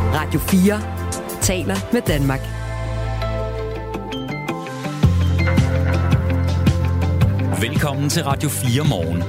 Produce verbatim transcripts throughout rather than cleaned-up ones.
Radio fire taler med Danmark. Velkommen til Radio fire morgen.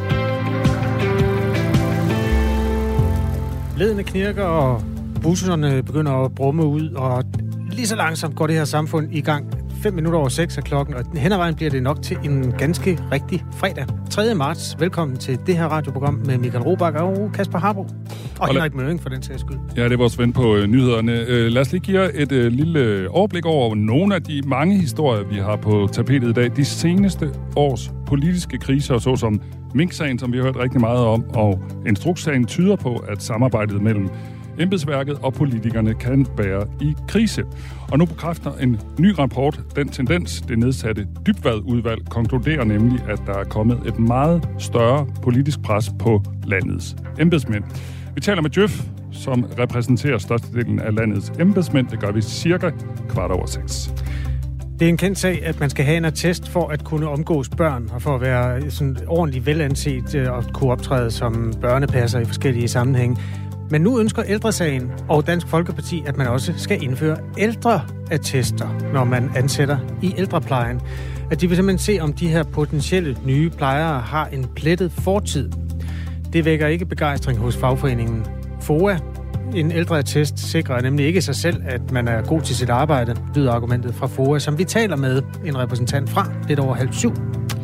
Ledene knirker, og busserne begynder at brumme ud, og lige så langsomt går det her samfund i gang. Fem minutter over seks af klokken, og hen ad vejen bliver det nok til en ganske rigtig fredag. tredje marts. Velkommen til det her radioprogram med Michael Robach og Kasper Harbo. Og, og Henrik Møring for den sags skyld. Ja, det er vores ven på øh, nyhederne. Øh, lad os lige give jer et øh, lille overblik over nogle af de mange historier, vi har på tapetet i dag. De seneste års politiske kriser, såsom Mink-sagen, som vi har hørt rigtig meget om, og Instrukssagen tyder på, at samarbejdet mellem embedsværket og politikerne kan være i krise. Og nu bekræfter en ny rapport den tendens. Det nedsatte Dybvad-udvalg konkluderer nemlig, at der er kommet et meget større politisk pres på landets embedsmænd. Vi taler med Djøf, som repræsenterer størstedelen af landets embedsmænd. Det gør vi cirka kvart over seks. Det er en kendt sag, at man skal have en attest for at kunne omgås børn, og for at være sådan ordentligt velanset og kunne optræde som børnepasser i forskellige sammenhænge. Men nu ønsker Ældresagen og Dansk Folkeparti, at man også skal indføre ældreattester, når man ansætter i ældreplejen. At de vil simpelthen se, om de her potentielle nye plejere har en plettet fortid. Det vækker ikke begejstring hos fagforeningen F O A. En ældreattest sikrer nemlig ikke sig selv, at man er god til sit arbejde, lyder argumentet fra F O A, som vi taler med en repræsentant fra lidt over halv syv.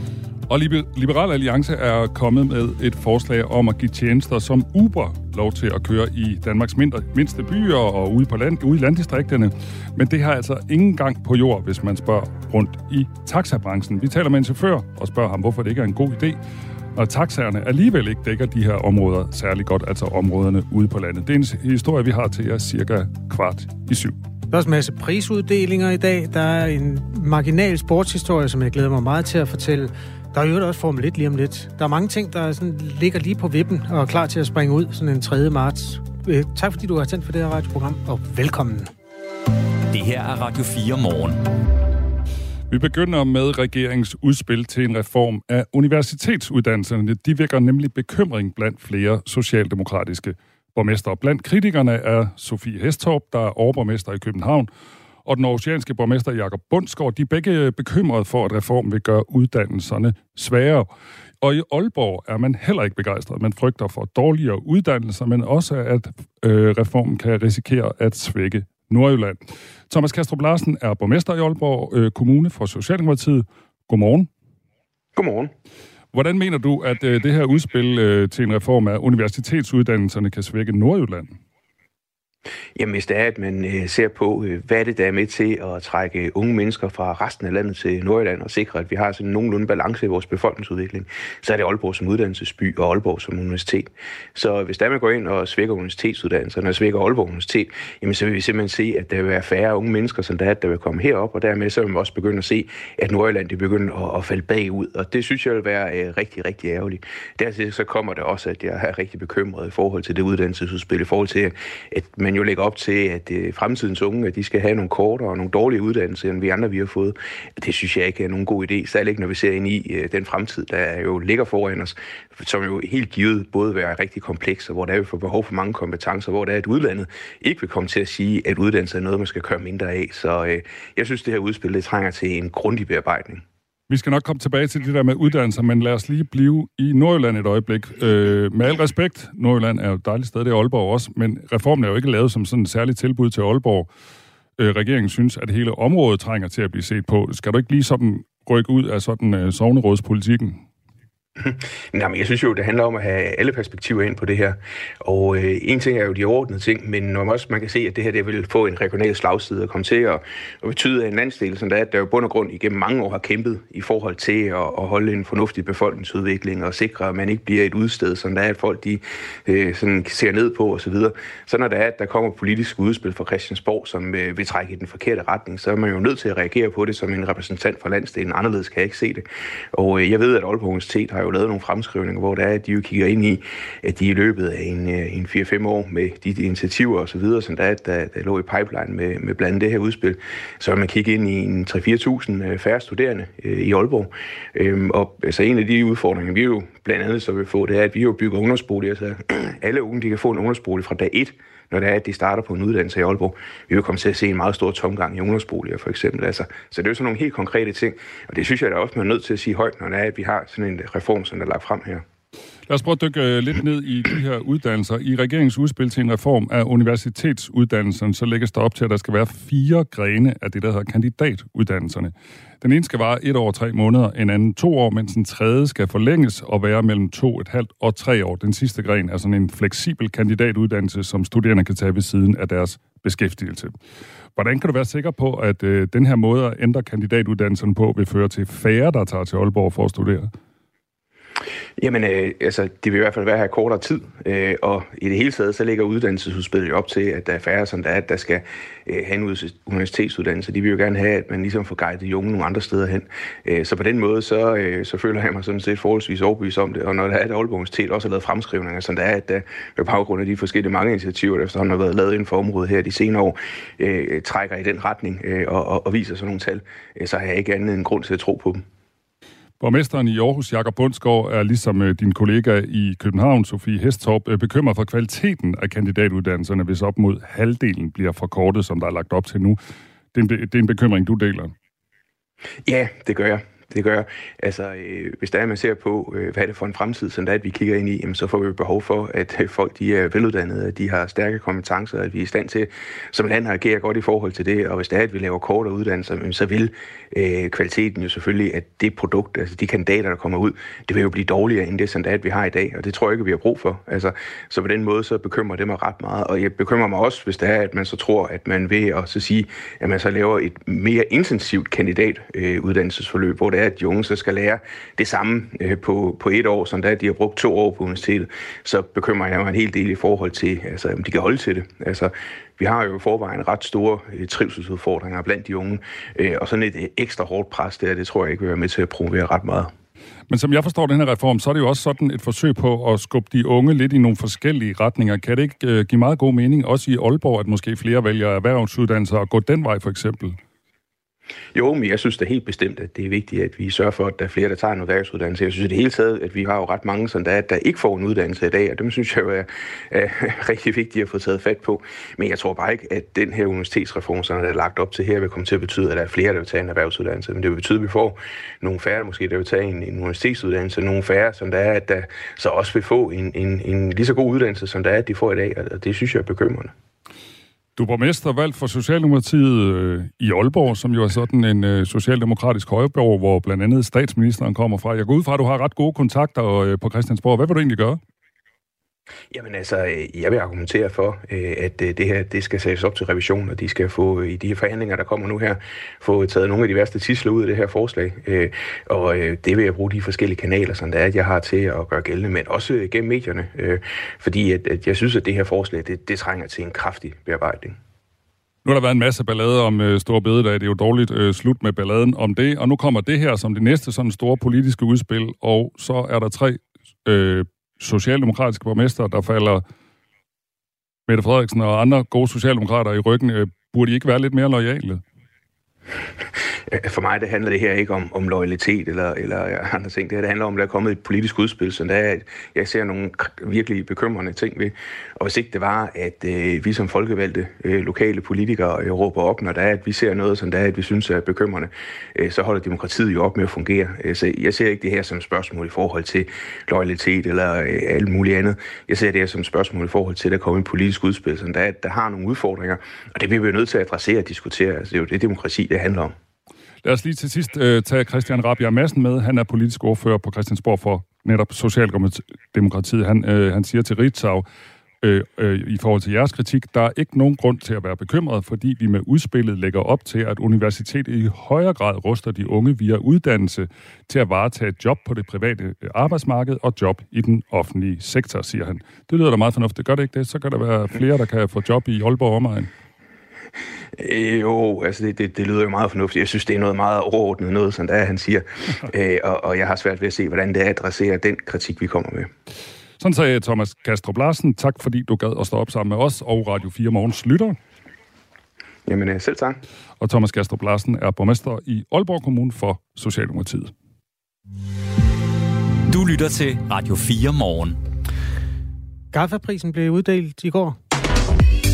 Og Liberal Alliance er kommet med et forslag om at give tjenester som Uber lov til at køre i Danmarks mindre, mindste byer og ude, på land, ude i landdistrikterne. Men det har altså ingen gang på jord, hvis man spørger rundt i taxabranchen. Vi taler med en chauffør og spørger ham, hvorfor det ikke er en god idé, og taxaerne alligevel ikke dækker de her områder særlig godt, altså områderne ude på landet. Det er en historie, vi har til jer cirka kvart i syv. Der er også en masse prisuddelinger i dag. Der er en marginal sportshistorie, som jeg glæder mig meget til at fortælle. Der er jo også Formel et lige om lidt. Der er mange ting, der sådan ligger lige på vippen og er klar til at springe ud sådan en tredje marts. Øh, tak fordi du har tændt for det her radioprogram, og velkommen. Det her er Radio fire morgen. Vi begynder med regeringens udspil til en reform af universitetsuddannelserne. De vækker nemlig bekymring blandt flere socialdemokratiske borgmestre. Blandt kritikerne er Sofie Hestorp, der er overborgmester i København, og den aarhusianske borgmester Jakob Bundsgaard. De er begge bekymrede for, at reformen vil gøre uddannelserne sværere. Og i Aalborg er man heller ikke begejstret. Man frygter for dårligere uddannelser, men også, at øh, reformen kan risikere at svække Nordjylland. Thomas Kastrup Larsen er borgmester i Aalborg øh, Kommune for Socialdemokratiet. Godmorgen. Godmorgen. Hvordan mener du, at øh, det her udspil øh, til en reform af universitetsuddannelserne kan svække Nordjylland? Jamen, hvis det er, at man øh, ser på, øh, hvad er det, der er med til at trække unge mennesker fra resten af landet til Nordjylland og sikre, at vi har sådan nogenlunde balance i vores befolkningsudvikling, så er det Aalborg som uddannelsesby og Aalborg som universitet. Så hvis der man går ind og svækker universitetsuddannelserne og svækker Aalborg Universitet, jamen så vil vi simpelthen se, at der vil være færre unge mennesker, som der er, der vil komme herop, og dermed så vil man også begynde at se, at Nordjylland det begynder at, at falde bagud, og det synes jeg vil være øh, rigtig, rigtig ærgerligt. Dertil så kommer det også, at jeg er rigtig bekymret i forhold til det uddannelsesudspil, i forhold til, at man jo lægger op til, at øh, fremtidens unge, at de skal have nogle kortere og nogle dårlige uddannelser, end vi andre vi har fået. Det synes jeg ikke er nogen god idé, særligt ikke når vi ser ind i øh, den fremtid, der jo ligger foran os, som jo helt givet både vil være rigtig kompleks, og hvor der er vi får behov for mange kompetencer, hvor der er et udlandet ikke vil komme til at sige, at uddannelse er noget, man skal køre mindre af. Så øh, jeg synes, det her udspil, det trænger til en grundig bearbejdning. Vi skal nok komme tilbage til det der med uddannelser, men lad os lige blive i Nordjylland et øjeblik. Øh, med al respekt, Nordjylland er jo et dejligt sted, det er Aalborg også, men reformen er jo ikke lavet som sådan et særligt tilbud til Aalborg. Øh, regeringen synes, at hele området trænger til at blive set på. Skal du ikke lige sådan rykke ud af sådan uh, sognerådspolitikken? Nej, men jeg synes jo, det handler om at have alle perspektiver ind på det her. Og øh, en ting er jo de overordnede ting, men når man også man kan se, at det her det vil få en regional slagside og komme til at, at betyde, at en landsdel, som der er, der jo bund og grund igennem mange år har kæmpet i forhold til at, at holde en fornuftig befolkningsudvikling og sikre, at man ikke bliver et udsted, som der er, at folk de, øh, sådan ser ned på osv. Så, så når der er, at der kommer politisk udspil fra Christiansborg, som øh, vil trække i den forkerte retning, så er man jo nødt til at reagere på det som en repræsentant for landsdelen. Anderledes kan jeg ikke se det. Og øh, jeg ved, at Aalborg Universitet har jo lavet nogle fremskrivninger, hvor der er, at de jo kigger ind i, at de i løbet af en, en fire fem år med de, de initiativer og så videre, som der, er, der, der lå i pipeline med, med blandt andet det her udspil, så vil man kigge ind i en tre til fire tusind færre studerende øh, i Aalborg. Øhm, og altså en af de udfordringer, vi jo blandt andet så vil få, det er, at vi jo bygger ungdomsboliger, så alle unge de kan få en ungdomsbolig fra dag et, når det er, at de starter på en uddannelse i Aalborg. Vi vil komme til at se en meget stor tomgang i ungdomsboliger, for eksempel. Altså, så det er jo sådan nogle helt konkrete ting, og det synes jeg da også, man er nødt til at sige højt, når det er, at vi har sådan en reform, som der er lagt frem her. Lad os prøve at dykke lidt ned i de her uddannelser. I regeringens udspil til en reform af universitetsuddannelserne, så lægges der op til, at der skal være fire grene af det, der hedder kandidatuddannelserne. Den ene skal vare et år og tre måneder, en anden to år, mens den tredje skal forlænges og være mellem to et halvt og tre år. Den sidste gren er sådan en fleksibel kandidatuddannelse, som studerende kan tage ved siden af deres beskæftigelse. Hvordan kan du være sikker på, at øh, den her måde at ændre kandidatuddannelserne på vil føre til færre, der tager til Aalborg for at studere? Jamen, øh, altså, det vil i hvert fald være her kortere tid, øh, og i det hele taget, så ligger uddannelsesudspillet jo op til, at der er færre, som der er, der skal øh, have en universitetsuddannelse. De vil jo gerne have, at man ligesom får guidet de unge nogle andre steder hen. Øh, så på den måde, så, øh, så føler jeg mig sådan set forholdsvis overbevist om det, og når der er et Aalborg Universitet også har lavet fremskrivninger, som der er, at der på baggrund af de forskellige mange initiativer, der efterhånden har været lavet inden for området her de senere år, øh, trækker i den retning øh, og, og, og viser sådan nogle tal, øh, så har jeg ikke andet end grund til at tro på dem. Borgmesteren i Aarhus, Jakob Bundsgaard, er ligesom din kollega i København, Sofie Hestorp, bekymret for kvaliteten af kandidatuddannelserne, hvis op mod halvdelen bliver forkortet, som der er lagt op til nu. Det er en, det er en bekymring, du deler. Ja, det gør jeg. Det gør jeg. Altså, øh, hvis der er, man ser på, øh, hvad er det for en fremtid, som der er, at vi kigger ind i, jamen, så får vi behov for, at øh, folk de er veluddannede, at de har stærke kompetencer, at vi er i stand til, som land, at agere godt i forhold til det. Og hvis det er, at vi laver kortere uddannelser, jamen, så vil øh, kvaliteten jo selvfølgelig, at det produkt, altså de kandidater, der kommer ud, det vil jo blive dårligere end det, som der er, at vi har i dag. Og det tror jeg ikke, vi har brug for. Altså, så på den måde, så bekymrer det mig ret meget. Og jeg bekymrer mig også, hvis det er, at man så tror, at man ved at så sige, at man så laver et mere intensivt kandidatuddannelsesforløb, øh, hvor det er, at de unge så skal lære det samme øh, på, på et år, som da de har brugt to år på universitetet, så bekymrer jeg mig en hel del i forhold til, altså, om de kan holde til det. Altså, vi har jo i forvejen ret store øh, trivselsudfordringer blandt de unge, øh, og sådan et øh, ekstra hårdt pres der, det tror jeg ikke vil være med til at promovere ret meget. Men som jeg forstår den her reform, så er det jo også sådan et forsøg på at skubbe de unge lidt i nogle forskellige retninger. Kan det ikke øh, give meget god mening, også i Aalborg, at måske flere vælger erhvervsuddannelser og gå den vej for eksempel? Jo, men jeg synes da helt bestemt, at det er vigtigt, at vi sørger for, at der er flere, der tager en erhvervsuddannelse. Jeg synes i det hele taget, at vi har jo ret mange, som der, er, der ikke får en uddannelse i dag, og dem synes jeg jo er, er rigtig vigtigt at få taget fat på. Men jeg tror bare ikke, at den her universitetsreform, som der er lagt op til her, vil komme til at betyde, at der er flere, der vil tage en erhvervsuddannelse. Men det vil betyde, at vi får nogle færre, måske der vil tage en, en universitetsuddannelse, nogle færre, som der er, at der så også vil få en, en, en lige så god uddannelse, som der er, at de får i dag, og det synes jeg er bekymrende. Du er borgmester valgt for Socialdemokratiet øh, i Aalborg, som jo er sådan en øh, socialdemokratisk højborg, hvor blandt andet statsministeren kommer fra. Jeg går ud fra, at du har ret gode kontakter øh, på Christiansborg. Hvad vil du egentlig gøre? Jamen altså, jeg vil argumentere for, at det her det skal sættes op til revision, og de skal få i de her forhandlinger, der kommer nu her, få taget nogle af de værste tidsler ud af det her forslag. Og det vil jeg bruge de forskellige kanaler, som der er, at jeg har til at gøre gældende, men også gennem medierne. Fordi at, at jeg synes, at det her forslag, det, det trænger til en kraftig bearbejdning. Nu har der været en masse ballade om øh, Store Bededag. Det er jo dårligt øh, slut med balladen om det. Og nu kommer det her som det næste sådan store politiske udspil, og så er der tre øh, socialdemokratiske borgmester, der falder Mette Frederiksen og andre gode socialdemokrater i ryggen. Øh, burde de ikke være lidt mere loyale? For mig det handler det her ikke om, om loyalitet eller, eller andre ting. Det her det handler om, at der er kommet et politisk udspil, så der er, at jeg ser nogle virkelig bekymrende ting ved. Og hvis ikke det var, at øh, vi som folkevalgte øh, lokale politikere øh, råber op, når der er, at vi ser noget, som der er, at vi synes er bekymrende, øh, så holder demokratiet jo op med at fungere. Så jeg ser ikke det her som et spørgsmål i forhold til loyalitet eller øh, alt muligt andet. Jeg ser det her som et spørgsmål i forhold til, at der kommer et politisk udspil, som der er, at der har nogle udfordringer, og det bliver vi nødt til at adressere og diskutere. Altså, det er jo det demokrati, det handler om. Lad os lige til sidst øh, tage Christian Rabjerg Madsen med. Han er politisk ordfører på Christiansborg for netop Socialdemokratiet. Han, øh, han siger til Ritzau, øh, øh, i forhold til jeres kritik, der er ikke nogen grund til at være bekymret, fordi vi med udspillet lægger op til, at universitetet i højere grad ruster de unge via uddannelse til at varetage job på det private arbejdsmarked og job i den offentlige sektor, siger han. Det lyder da meget fornuftigt. Gør det ikke det? Så kan der være flere, der kan få job i Aalborg og omegn. Jo, altså det, det, det lyder jo meget fornuftigt. Jeg synes, det er noget meget overordnet noget, som der er, han siger. Æ, og, og jeg har svært ved at se, hvordan det adresserer den kritik, vi kommer med. Sådan sagde Thomas Kastrup Larsen. Tak fordi du gad at stå op sammen med os og Radio fire Morgens lytter. Jamen selv tak. Og Thomas Kastrup Larsen er borgmester i Aalborg Kommune for Socialdemokratiet. Du lytter til Radio fire Morgen. Gaffa-prisen blev uddelt i går.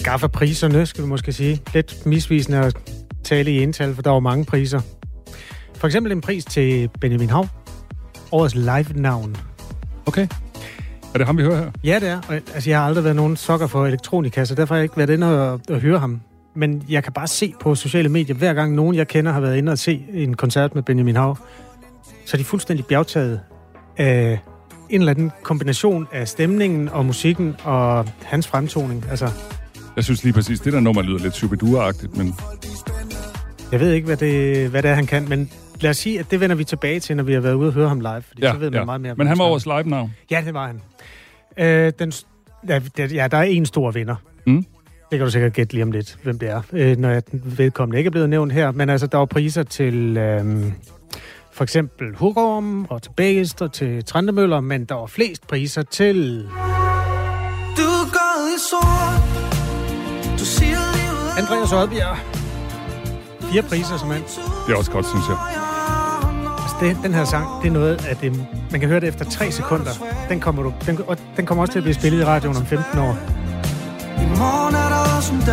skaffer priserne, skal vi måske sige. Lidt misvisende at tale i ental, for der var mange priser. For eksempel en pris til Benjamin Hav. Årets live-navn. Okay. Er det ham, vi hører her? Ja, det er. Og, altså, jeg har aldrig været nogen sokker for elektronika, så derfor har jeg ikke været inde og, at høre ham. Men jeg kan bare se på sociale medier, hver gang nogen, jeg kender, har været inde og se en koncert med Benjamin Hav, så er de fuldstændig bjergtaget af en eller anden kombination af stemningen og musikken og hans fremtoning. Altså, jeg synes lige præcis, det der nummer lyder lidt Shubidua-agtigt, men... Jeg ved ikke, hvad det, hvad det er, han kan, men lad os sige, at det vender vi tilbage til, når vi har været ude og høre ham live, fordi ja, så ved man ja. meget mere. Men han var årets live-navn? Ja, det var han. Øh, den, ja, der er en stor vinder. Mm. Det kan du sikkert gætte lige om lidt, hvem det er, øh, når jeg vedkommende ikke er blevet nævnt her. Men altså, der var priser til øh, for eksempel Hurum og til Bækest og til Trandemøller, men der var flest priser til... Du går i sort. Du siger livet... Andreas Oddbjerg. Fire priser, som han. Det er også godt, synes jeg. Altså, det, den her sang, det er noget af det... Man kan høre det efter tre sekunder. Den kommer, du, den, og den kommer også til at blive spillet i radioen om femten år. I morgen er der også en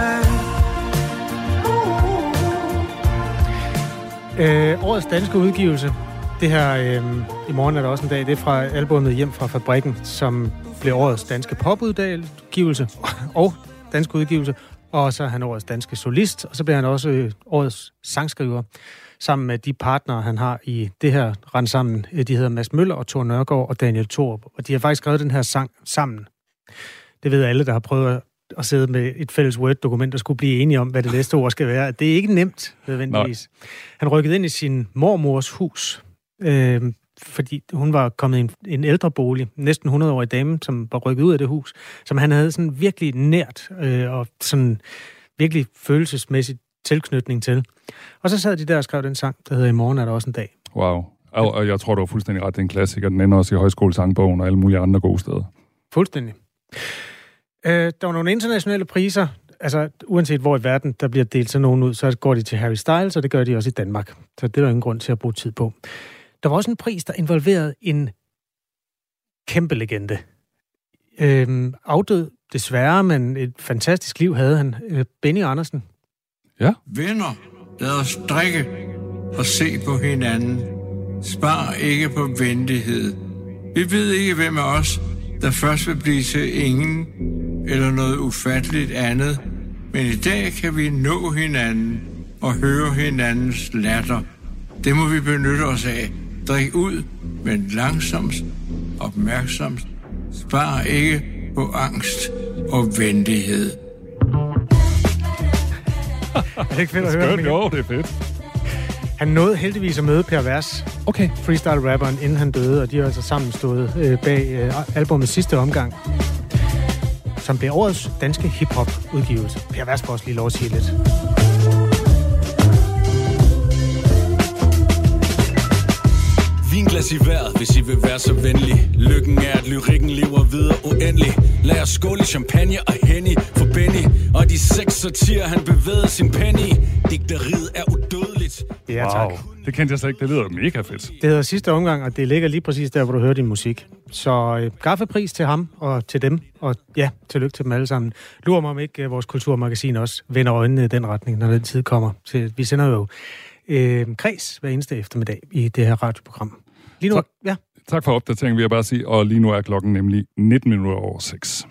dag. Øh, årets danske udgivelse. Det her, øh, i morgen er der også en dag, det er fra albumet Hjem fra Fabrikken, som blev årets danske popudgivelse og danske udgivelse. Og så er han årets danske solist, og så bliver han også øh, årets sangskriver, sammen med de partnere, han har i det her rend sammen. De hedder Mads Møller og Thor Nørgaard og Daniel Thorup, og de har faktisk skrevet den her sang sammen. Det ved alle, der har prøvet at sidde med et fælles Word-dokument og skulle blive enige om, hvad det næste ord skal være. Det er ikke nemt, nødvendigvis. Han rykkede ind i sin mormors hus, øh, fordi hun var kommet i en, en ældre bolig, næsten hundrede-årig dame, som var rykket ud af det hus, som han havde sådan virkelig nært øh, og sådan virkelig følelsesmæssigt tilknytning til. Og så sad de der og skrev den sang, der hedder I morgen er der også en dag. Wow. Og, og jeg tror, du var fuldstændig ret. Det er en klassiker. Den ender også i højskolesangbogen og alle mulige andre gode steder. Fuldstændig. Øh, der var nogle internationale priser. Altså, uanset hvor i verden, der bliver delt sådan nogen ud, så går de til Harry Styles, og det gør de også i Danmark. Så det er der ingen grund til at bruge tid på. Der var også en pris, der involverede en kæmpe legende. Øhm, afdød, desværre, men et fantastisk liv havde han. Øh, Benny Andersen. Ja. Venner, lad os drikke og se på hinanden. Spar ikke på venlighed. Vi ved ikke, hvem af os, der først vil blive til ingen eller noget ufatteligt andet. Men i dag kan vi nå hinanden og høre hinandens latter. Det må vi benytte os af. Drik ud, men langsomt, opmærksomt. Spar ikke på angst og venlighed. Er det ikke fedt at høre ham? Jo, det er fedt. Han nåede heldigvis at møde Per Vers, okay. freestyle-rapperen, inden han døde, og de har altså sammen stået øh, bag øh, albumets sidste omgang, som blev årets danske hip-hop-udgivelse. Per Vers får også lige lov at sige lidt. Vinglas i vejret, hvis I vil være så venlig. Lykken er, at lyrikken lever videre uendelig. Lad os skåle i champagne og Henny for Benny. Og de seks sortier, han bevægede sin penny. Digteriet er udødeligt. Ja, tak. Wow, det kendte jeg slet ikke. Det lyder mega fedt. Det hedder sidste omgang, og det ligger lige præcis der, hvor du hører din musik. Så øh, gaffepris til ham og til dem. Og ja, tillykke til dem alle sammen. Lurer mig om ikke øh, vores kulturmagasin også vender øjnene i den retning, når den tid kommer. Så vi sender jo øh, kreds hver eneste eftermiddag i det her radioprogram. Lige nu, tak, ja. tak for opdateringen, vil jeg bare sige. Og lige nu er klokken nemlig nitten minutter over seks.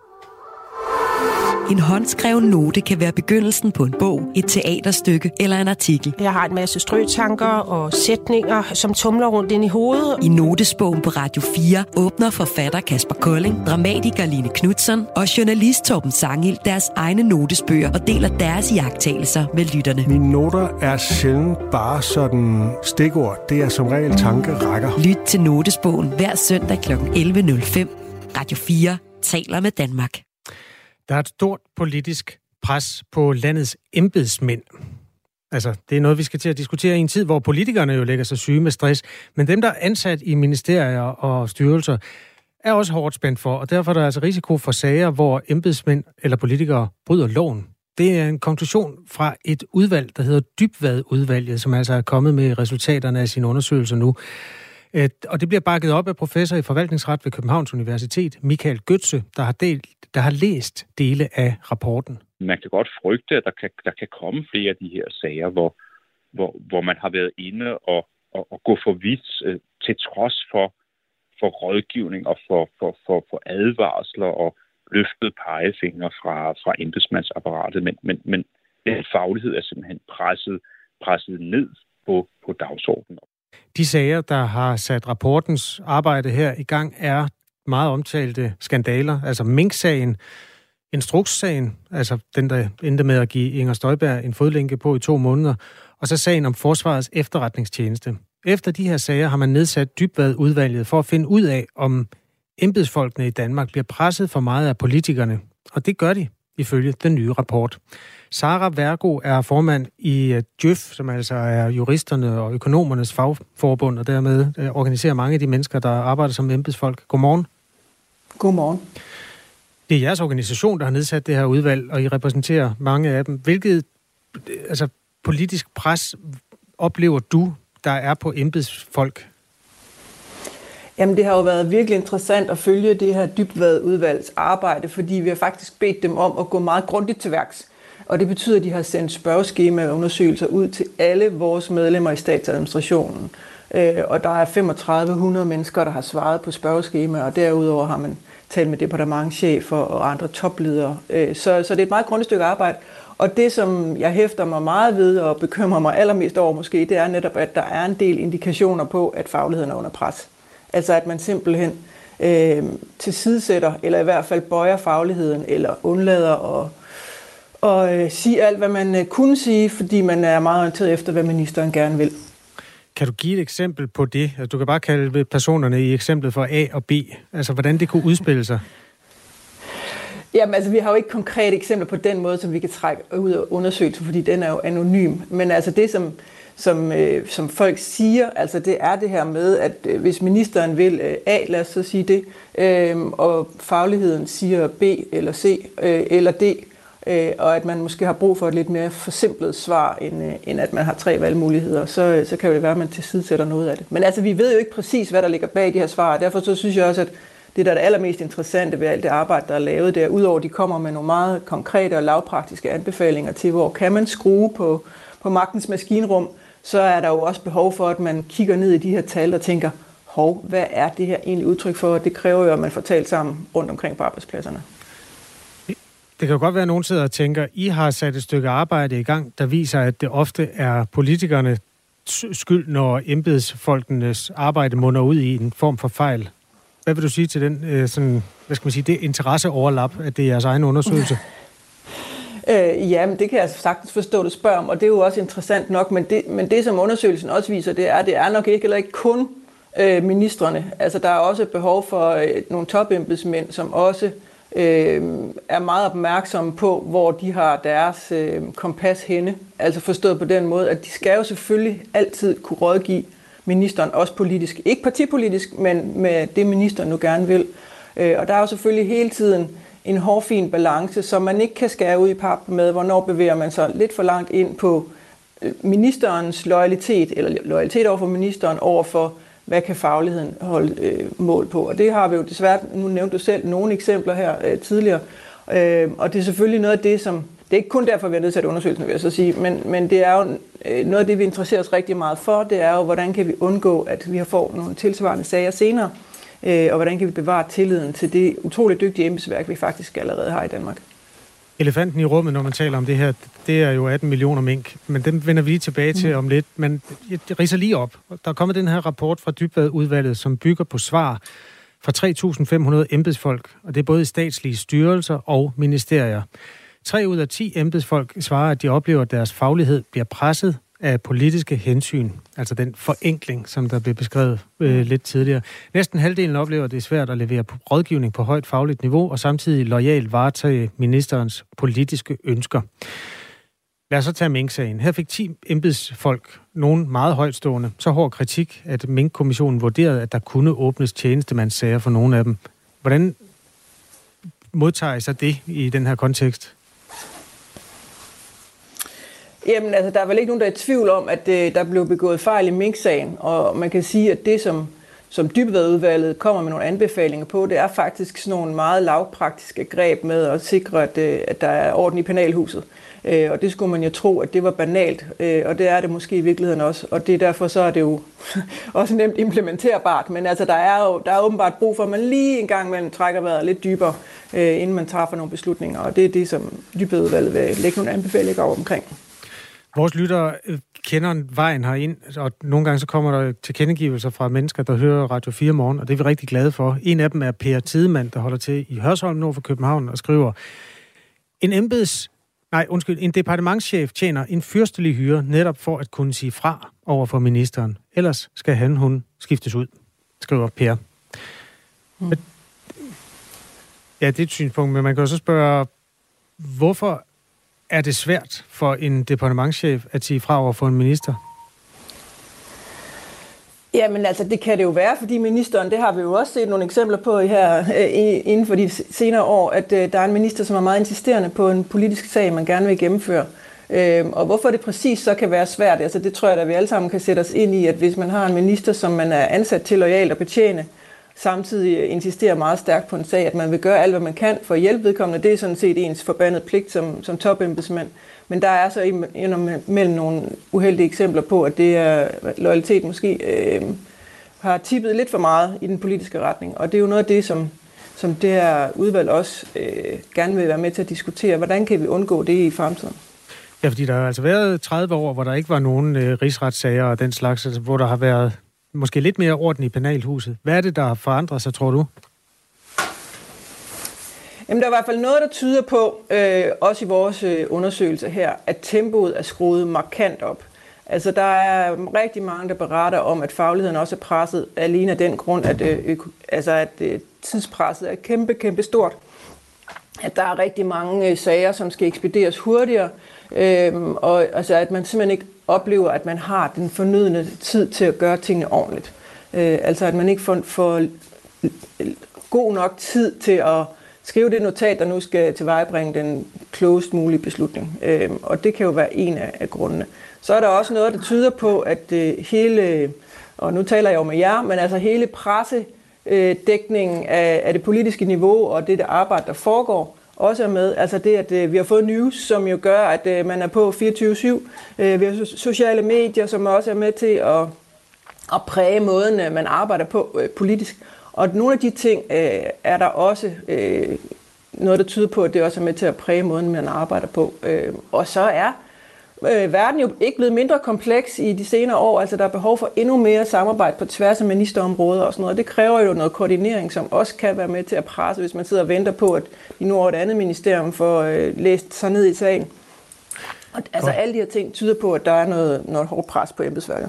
En håndskreven note kan være begyndelsen på en bog, et teaterstykke eller en artikel. Jeg har en masse strøtanker og sætninger, som tumler rundt ind i hovedet. I notesbogen på Radio fire åbner forfatter Kasper Kolding, dramatiker Line Knutzon og journalist Torben Sangil deres egne notesbøger og deler deres iagttagelser med lytterne. Mine noter er sjældent bare sådan stikord. Det er som regel tankerækker. Lyt til notesbogen hver søndag kl. elleve nul fem. Radio fire taler med Danmark. Der er et stort politisk pres på landets embedsmænd. Altså, det er noget, vi skal til at diskutere i en tid, hvor politikerne jo lægger sig syge med stress. Men dem, der er ansat i ministerier og styrelser, er også hårdt spændt for, og derfor er der altså risiko for sager, hvor embedsmænd eller politikere bryder loven. Det er en konklusion fra et udvalg, der hedder Dybvad-udvalget, som altså er kommet med resultaterne af sine undersøgelser nu. Og det bliver bakket op af professor i forvaltningsret ved Københavns Universitet, Michael Götze, der har, delt, der har læst dele af rapporten. Man kan godt frygte, at der kan, der kan komme flere af de her sager, hvor, hvor, hvor man har været inde og, og, og gå for vidt øh, til trods for, for rådgivning og for, for, for, for advarsler og løftet pegefinger fra, fra embedsmandsapparatet. Men, men, men den faglighed er simpelthen presset, presset ned på, på dagsordenen. De sager, der har sat rapportens arbejde her i gang, er meget omtalte skandaler. Altså Mink-sagen, Instruks-sagen, altså den, der endte med at give Inger Støjberg en fodlænke på i to måneder, og så sagen om Forsvarets efterretningstjeneste. Efter de her sager har man nedsat Dybvad-udvalget for at finde ud af, om embedsfolkene i Danmark bliver presset for meget af politikerne. Og det gør de, ifølge den nye rapport. Sara Vergo er formand i J Ø F, som altså er juristerne og økonomernes fagforbund, og dermed organiserer mange af de mennesker, der arbejder som embedsfolk. Godmorgen. Godmorgen. Det er jeres organisation, der har nedsat det her udvalg, og I repræsenterer mange af dem. Hvilket altså, politisk pres oplever du, der er på embedsfolk? Jamen, det har jo været virkelig interessant at følge det her Dybvad-udvalgs arbejde, fordi vi har faktisk bedt dem om at gå meget grundigt til værks. Og det betyder, at de har sendt spørgeskema og undersøgelser ud til alle vores medlemmer i statsadministrationen. Og der er femogtredive hundrede mennesker, der har svaret på spørgeskema, og derudover har man talt med departementschefer og andre topledere. Så, så det er et meget grundigt stykke arbejde. Og det, som jeg hæfter mig meget ved og bekymrer mig allermest over måske, det er netop, at der er en del indikationer på, at fagligheden er under pres. Altså at man simpelthen øh, tilsidesætter, eller i hvert fald bøjer fagligheden, eller undlader at og, øh, sige alt, hvad man øh, kunne sige, fordi man er meget orienteret efter, hvad ministeren gerne vil. Kan du give et eksempel på det? Altså, du kan bare kalde personerne i eksemplet for A og B. Altså, hvordan det kunne udspille sig? Jamen, altså, vi har jo ikke konkrete eksempler på den måde, som vi kan trække ud af undersøgelsen, fordi den er jo anonym. Men altså det, som, som, øh, som folk siger, altså det er det her med, at øh, hvis ministeren vil øh, A, lad os så sige det, øh, og fagligheden siger B eller C øh, eller D, øh, og at man måske har brug for et lidt mere forsimplet svar, end, øh, end at man har tre valgmuligheder, så, øh, så kan det være, at man tilsidesætter noget af det. Men altså, vi ved jo ikke præcis, hvad der ligger bag de her svar, og derfor så synes jeg også, at det, der er det allermest interessante ved alt det arbejde, der er lavet der, udover at de kommer med nogle meget konkrete og lavpraktiske anbefalinger til, hvor kan man skrue på, på magtens maskinrum, så er der jo også behov for, at man kigger ned i de her tal og tænker, hov, hvad er det her egentlig udtryk for? Det kræver jo, at man får talt sammen rundt omkring på arbejdspladserne. Det kan jo godt være, at nogen sidder og tænker, I har sat et stykke arbejde i gang, der viser, at det ofte er politikerne skyld, når embedsfolkenes arbejde munder ud i en form for fejl. Hvad vil du sige til den, øh, sådan, hvad skal man sige, det interesseoverlap, at det er jeres egen undersøgelse? Øh, ja, men det kan jeg sagtens forstå, du spørger om, og det er jo også interessant nok, men det, men det som undersøgelsen også viser, det er, det er nok ikke, eller ikke kun øh, ministrene. Altså, der er også et behov for øh, nogle topembedsmænd, som også øh, er meget opmærksomme på, hvor de har deres øh, kompas henne. Altså forstået på den måde, at de skal jo selvfølgelig altid kunne rådgive ministeren, også politisk. Ikke partipolitisk, men med det, ministeren nu gerne vil. Og der er jo selvfølgelig hele tiden en hårfin balance, som man ikke kan skære ud i pap med, hvornår bevæger man sig lidt for langt ind på ministerens loyalitet, eller loyalitet over for ministeren, over for, hvad kan fagligheden holde øh, mål på. Og det har vi jo desværre, nu nævnte du selv nogle eksempler her øh, tidligere, øh, og det er selvfølgelig noget af det, som det er ikke kun derfor, vi har nedsat undersøgelsen, vil jeg så sige, men, men det er jo noget af det, vi interesserer os rigtig meget for, det er jo, hvordan kan vi undgå, at vi har fået nogle tilsvarende sager senere, øh, og hvordan kan vi bevare tilliden til det utroligt dygtige embedsværk, vi faktisk allerede har i Danmark. Elefanten i rummet, når man taler om det her, det er jo atten millioner mink, men dem vender vi lige tilbage til mm. om lidt. Men jeg ridser lige op. Der er kommet den her rapport fra Dybvad-udvalget, som bygger på svar fra tre tusind fem hundrede embedsfolk, og det er både i statslige styrelser og ministerier. Tre ud af ti embedsfolk svarer, at de oplever, at deres faglighed bliver presset af politiske hensyn. Altså den forenkling, som der blev beskrevet øh, lidt tidligere. Næsten halvdelen oplever, at det er svært at levere rådgivning på højt fagligt niveau, og samtidig loyalt varetage ministerens politiske ønsker. Lad os så tage Mink-sagen. Her fik ti embedsfolk, nogen meget højtstående, så hård kritik, at Mink-kommissionen vurderede, at der kunne åbnes tjenestemandssager for nogle af dem. Hvordan modtager I så det i den her kontekst? Jamen, altså, der er vel ikke nogen, der er i tvivl om, at øh, der blev begået fejl i Mink-sagen, og man kan sige, at det, som som Dybvadudvalget kommer med nogle anbefalinger på, det er faktisk sådan nogle meget lavpraktiske greb med at sikre, at, at der er orden i penalhuset. Øh, og det skulle man jo tro, at det var banalt, øh, og det er det måske i virkeligheden også. Og det er derfor, så er det jo også nemt implementerbart. Men altså, der er jo der er åbenbart brug for, at man lige en gang mellem trækker vejret lidt dybere, øh, inden man træffer nogle beslutninger. Og det er det, som Dybvadudvalget vil lægge nogle anbefalinger over omkring. Vores lyttere kender vejen herind, og nogle gange så kommer der tilkendegivelser fra mennesker, der hører Radio fire Morgen, og det er vi rigtig glade for. En af dem er Per Tidemand, der holder til i Hørsholm nord for København, og skriver: En embeds, nej, undskyld, en departementschef tjener en fyrstelig hyre netop for at kunne sige fra over for ministeren. Ellers skal han, hun skiftes ud, skriver Per. Mm. Ja, det er et synspunkt, men man kan jo så spørge, hvorfor er det svært for en departementschef at sige fra over for en minister? Jamen altså, det kan det jo være, fordi ministeren, det har vi jo også set nogle eksempler på her øh, inden for de senere år, at øh, der er en minister, som er meget insisterende på en politisk sag, man gerne vil gennemføre. Øh, og hvorfor det præcis så kan være svært, altså det tror jeg, at vi alle sammen kan sætte os ind i, at hvis man har en minister, som man er ansat til loyalt at betjene, samtidig insisterer meget stærkt på en sag, at man vil gøre alt, hvad man kan for at hjælpe vedkommende. Det er sådan set ens forbandede pligt som, som topembedsmand. Men der er så imellem nogle uheldige eksempler på, at det er loyalitet måske øh, har tippet lidt for meget i den politiske retning. Og det er jo noget af det, som, som det her udvalg også øh, gerne vil være med til at diskutere. Hvordan kan vi undgå det i fremtiden? Ja, fordi der har altså været tredive år, hvor der ikke var nogen øh, rigsretssager og den slags, altså, hvor der har været måske lidt mere orden i penalhuset. Hvad er det, der har forandret sig, tror du? Jamen, der er i hvert fald noget, der tyder på, øh, også i vores øh, undersøgelse her, at tempoet er skruet markant op. Altså, der er rigtig mange, der beretter om, at fagligheden også er presset alene af den grund, at, øh, øko, altså, at øh, tidspresset er kæmpe, kæmpe stort. At der er rigtig mange øh, sager, som skal ekspederes hurtigere, øh, og altså, at man simpelthen ikke oplever, at man har den fornødne tid til at gøre tingene ordentligt. Øh, altså, at man ikke får, får god nok tid til at skrive det notat, der nu skal tilvejebringe den klogest mulige beslutning. Øh, og det kan jo være en af, af grundene. Så er der også noget, der tyder på, at øh, hele, og nu taler jeg jo med jer, men altså hele pressedækningen af, af det politiske niveau og det der arbejde, der foregår, også er med. Altså det, at øh, vi har fået news, som jo gør, at øh, man er på fireogtyve syv. Øh, vi har sociale medier, som også er med til at, at præge måden, øh, man arbejder på øh, politisk. Og nogle af de ting øh, er der også øh, noget, der tyder på, at det også er med til at præge måden, man arbejder på. Øh, og så er øh, verden jo ikke blevet mindre kompleks i de senere år. Altså der er behov for endnu mere samarbejde på tværs af ministerområder og sådan noget. Det kræver jo noget koordinering, som også kan være med til at presse, hvis man sidder og venter på, at de nu over et andet ministerium får øh, læst sig ned i sagen. Og, altså alle de her ting tyder på, at der er noget, noget hårdt pres på embedsværket.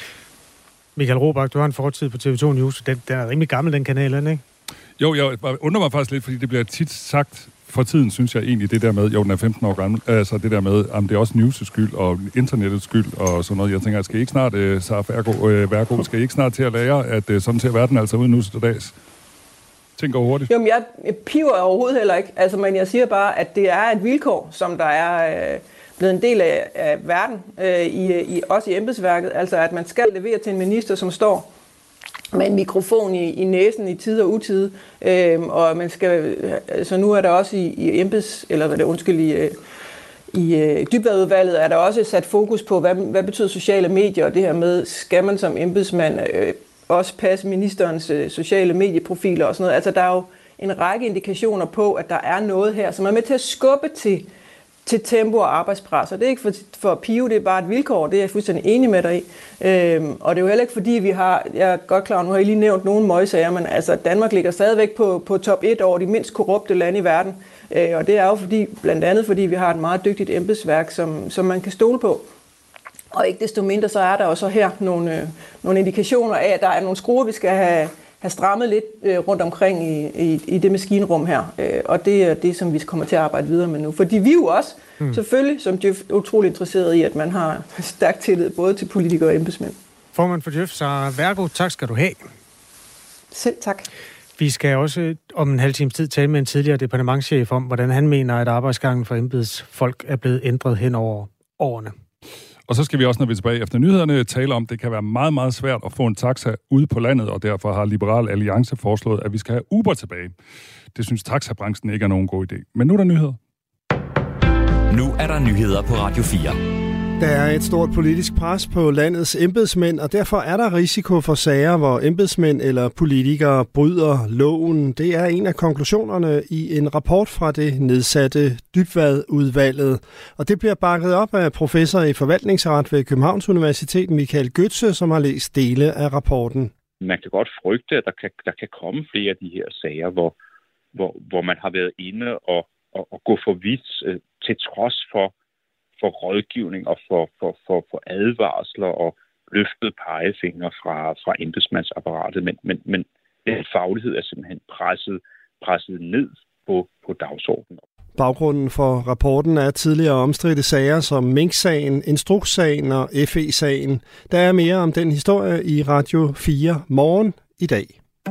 Michael Robach, du har en fortid på T V to News. Den, den er rimelig gammel, den kanal, ikke? Jo, jeg undrer mig faktisk lidt, fordi det bliver tit sagt for tiden, synes jeg egentlig, det der med, jo, den er femten år gammel, altså det der med, om det er også news' skyld og internettets skyld og sådan noget. Jeg tænker, skal I ikke snart, uh, Sara Værgo, uh, skal I ikke snart til at lære, at uh, sådan ser verden altså ud nu til dags? Tænker hurtigt. Jo, men jeg, jeg piver overhovedet heller ikke. Altså, men jeg siger bare, at det er et vilkår, som der er øh, blevet en del af, af verden, øh, i, i, også i embedsværket. Altså, at man skal levere til en minister, som står med en mikrofon i, i næsen i tid og utid. Øh, og man skal, altså nu er der også i, i embeds, eller hvad det undskyld, i, i øh, Dybvadudvalget er der også sat fokus på, hvad, hvad betyder sociale medier, og det her med, skal man som embedsmand øh, også passe ministerens øh, sociale medieprofiler og sådan noget. Altså, der er jo en række indikationer på, at der er noget her, som er med til at skubbe til, til tempo og arbejdspres. Og det er ikke for, for at pive, det er bare et vilkår, det er jeg fuldstændig enig med dig i. Øhm, og det er jo heller ikke fordi, vi har, jeg er godt klar, nu har I lige nævnt nogle møgsager, men altså, Danmark ligger stadigvæk på, på top et over de mindst korrupte lande i verden. Øh, og det er jo fordi, blandt andet fordi, vi har et meget dygtigt embedsværk, som, som man kan stole på. Og ikke desto mindre, så er der jo så her nogle, øh, nogle indikationer af, at der er nogle skruer, vi skal have, have strammet lidt øh, rundt omkring i, i, i det maskinrum her. Øh, og det er det, som vi kommer til at arbejde videre med nu. Fordi vi er jo også, mm. selvfølgelig, som Djøf, utrolig interesseret i, at man har stærkt tillid både til politikere og embedsmænd. Formand for Djøf, Sara Værgo, tak skal du have. Selv tak. Vi skal også om en halv times tid tale med en tidligere departementschef om, hvordan han mener, at arbejdsgangen for embedsfolk er blevet ændret hen over årene. Og så skal vi også, når vi er tilbage efter nyhederne, tale om, at det kan være meget, meget svært at få en taxa ude på landet, og derfor har Liberal Alliance foreslået, at vi skal have Uber tilbage. Det synes taxabranchen ikke er nogen god idé. Men nu er der nyheder. Nu er der nyheder på Radio fire. Der er et stort politisk pres på landets embedsmænd, og derfor er der risiko for sager, hvor embedsmænd eller politikere bryder loven. Det er en af konklusionerne i en rapport fra det nedsatte Dybvad-udvalget. Og det bliver bakket op af professor i forvaltningsret ved Københavns Universitet, Michael Götze, som har læst dele af rapporten. Man kan godt frygte, at der kan, der kan komme flere af de her sager, hvor, hvor, hvor man har været inde og, og, og gå for vidt øh, til trods for for rådgivning og for, for, for, for advarsler og løftede pegefinger fra, fra embedsmandsapparatet, men, men, men den faglighed er simpelthen presset, presset ned på, på dagsordenen. Baggrunden for rapporten er tidligere omstridte sager som Mink-sagen, Instruks-sagen og F E-sagen. Der er mere om den historie i Radio fire morgen i dag.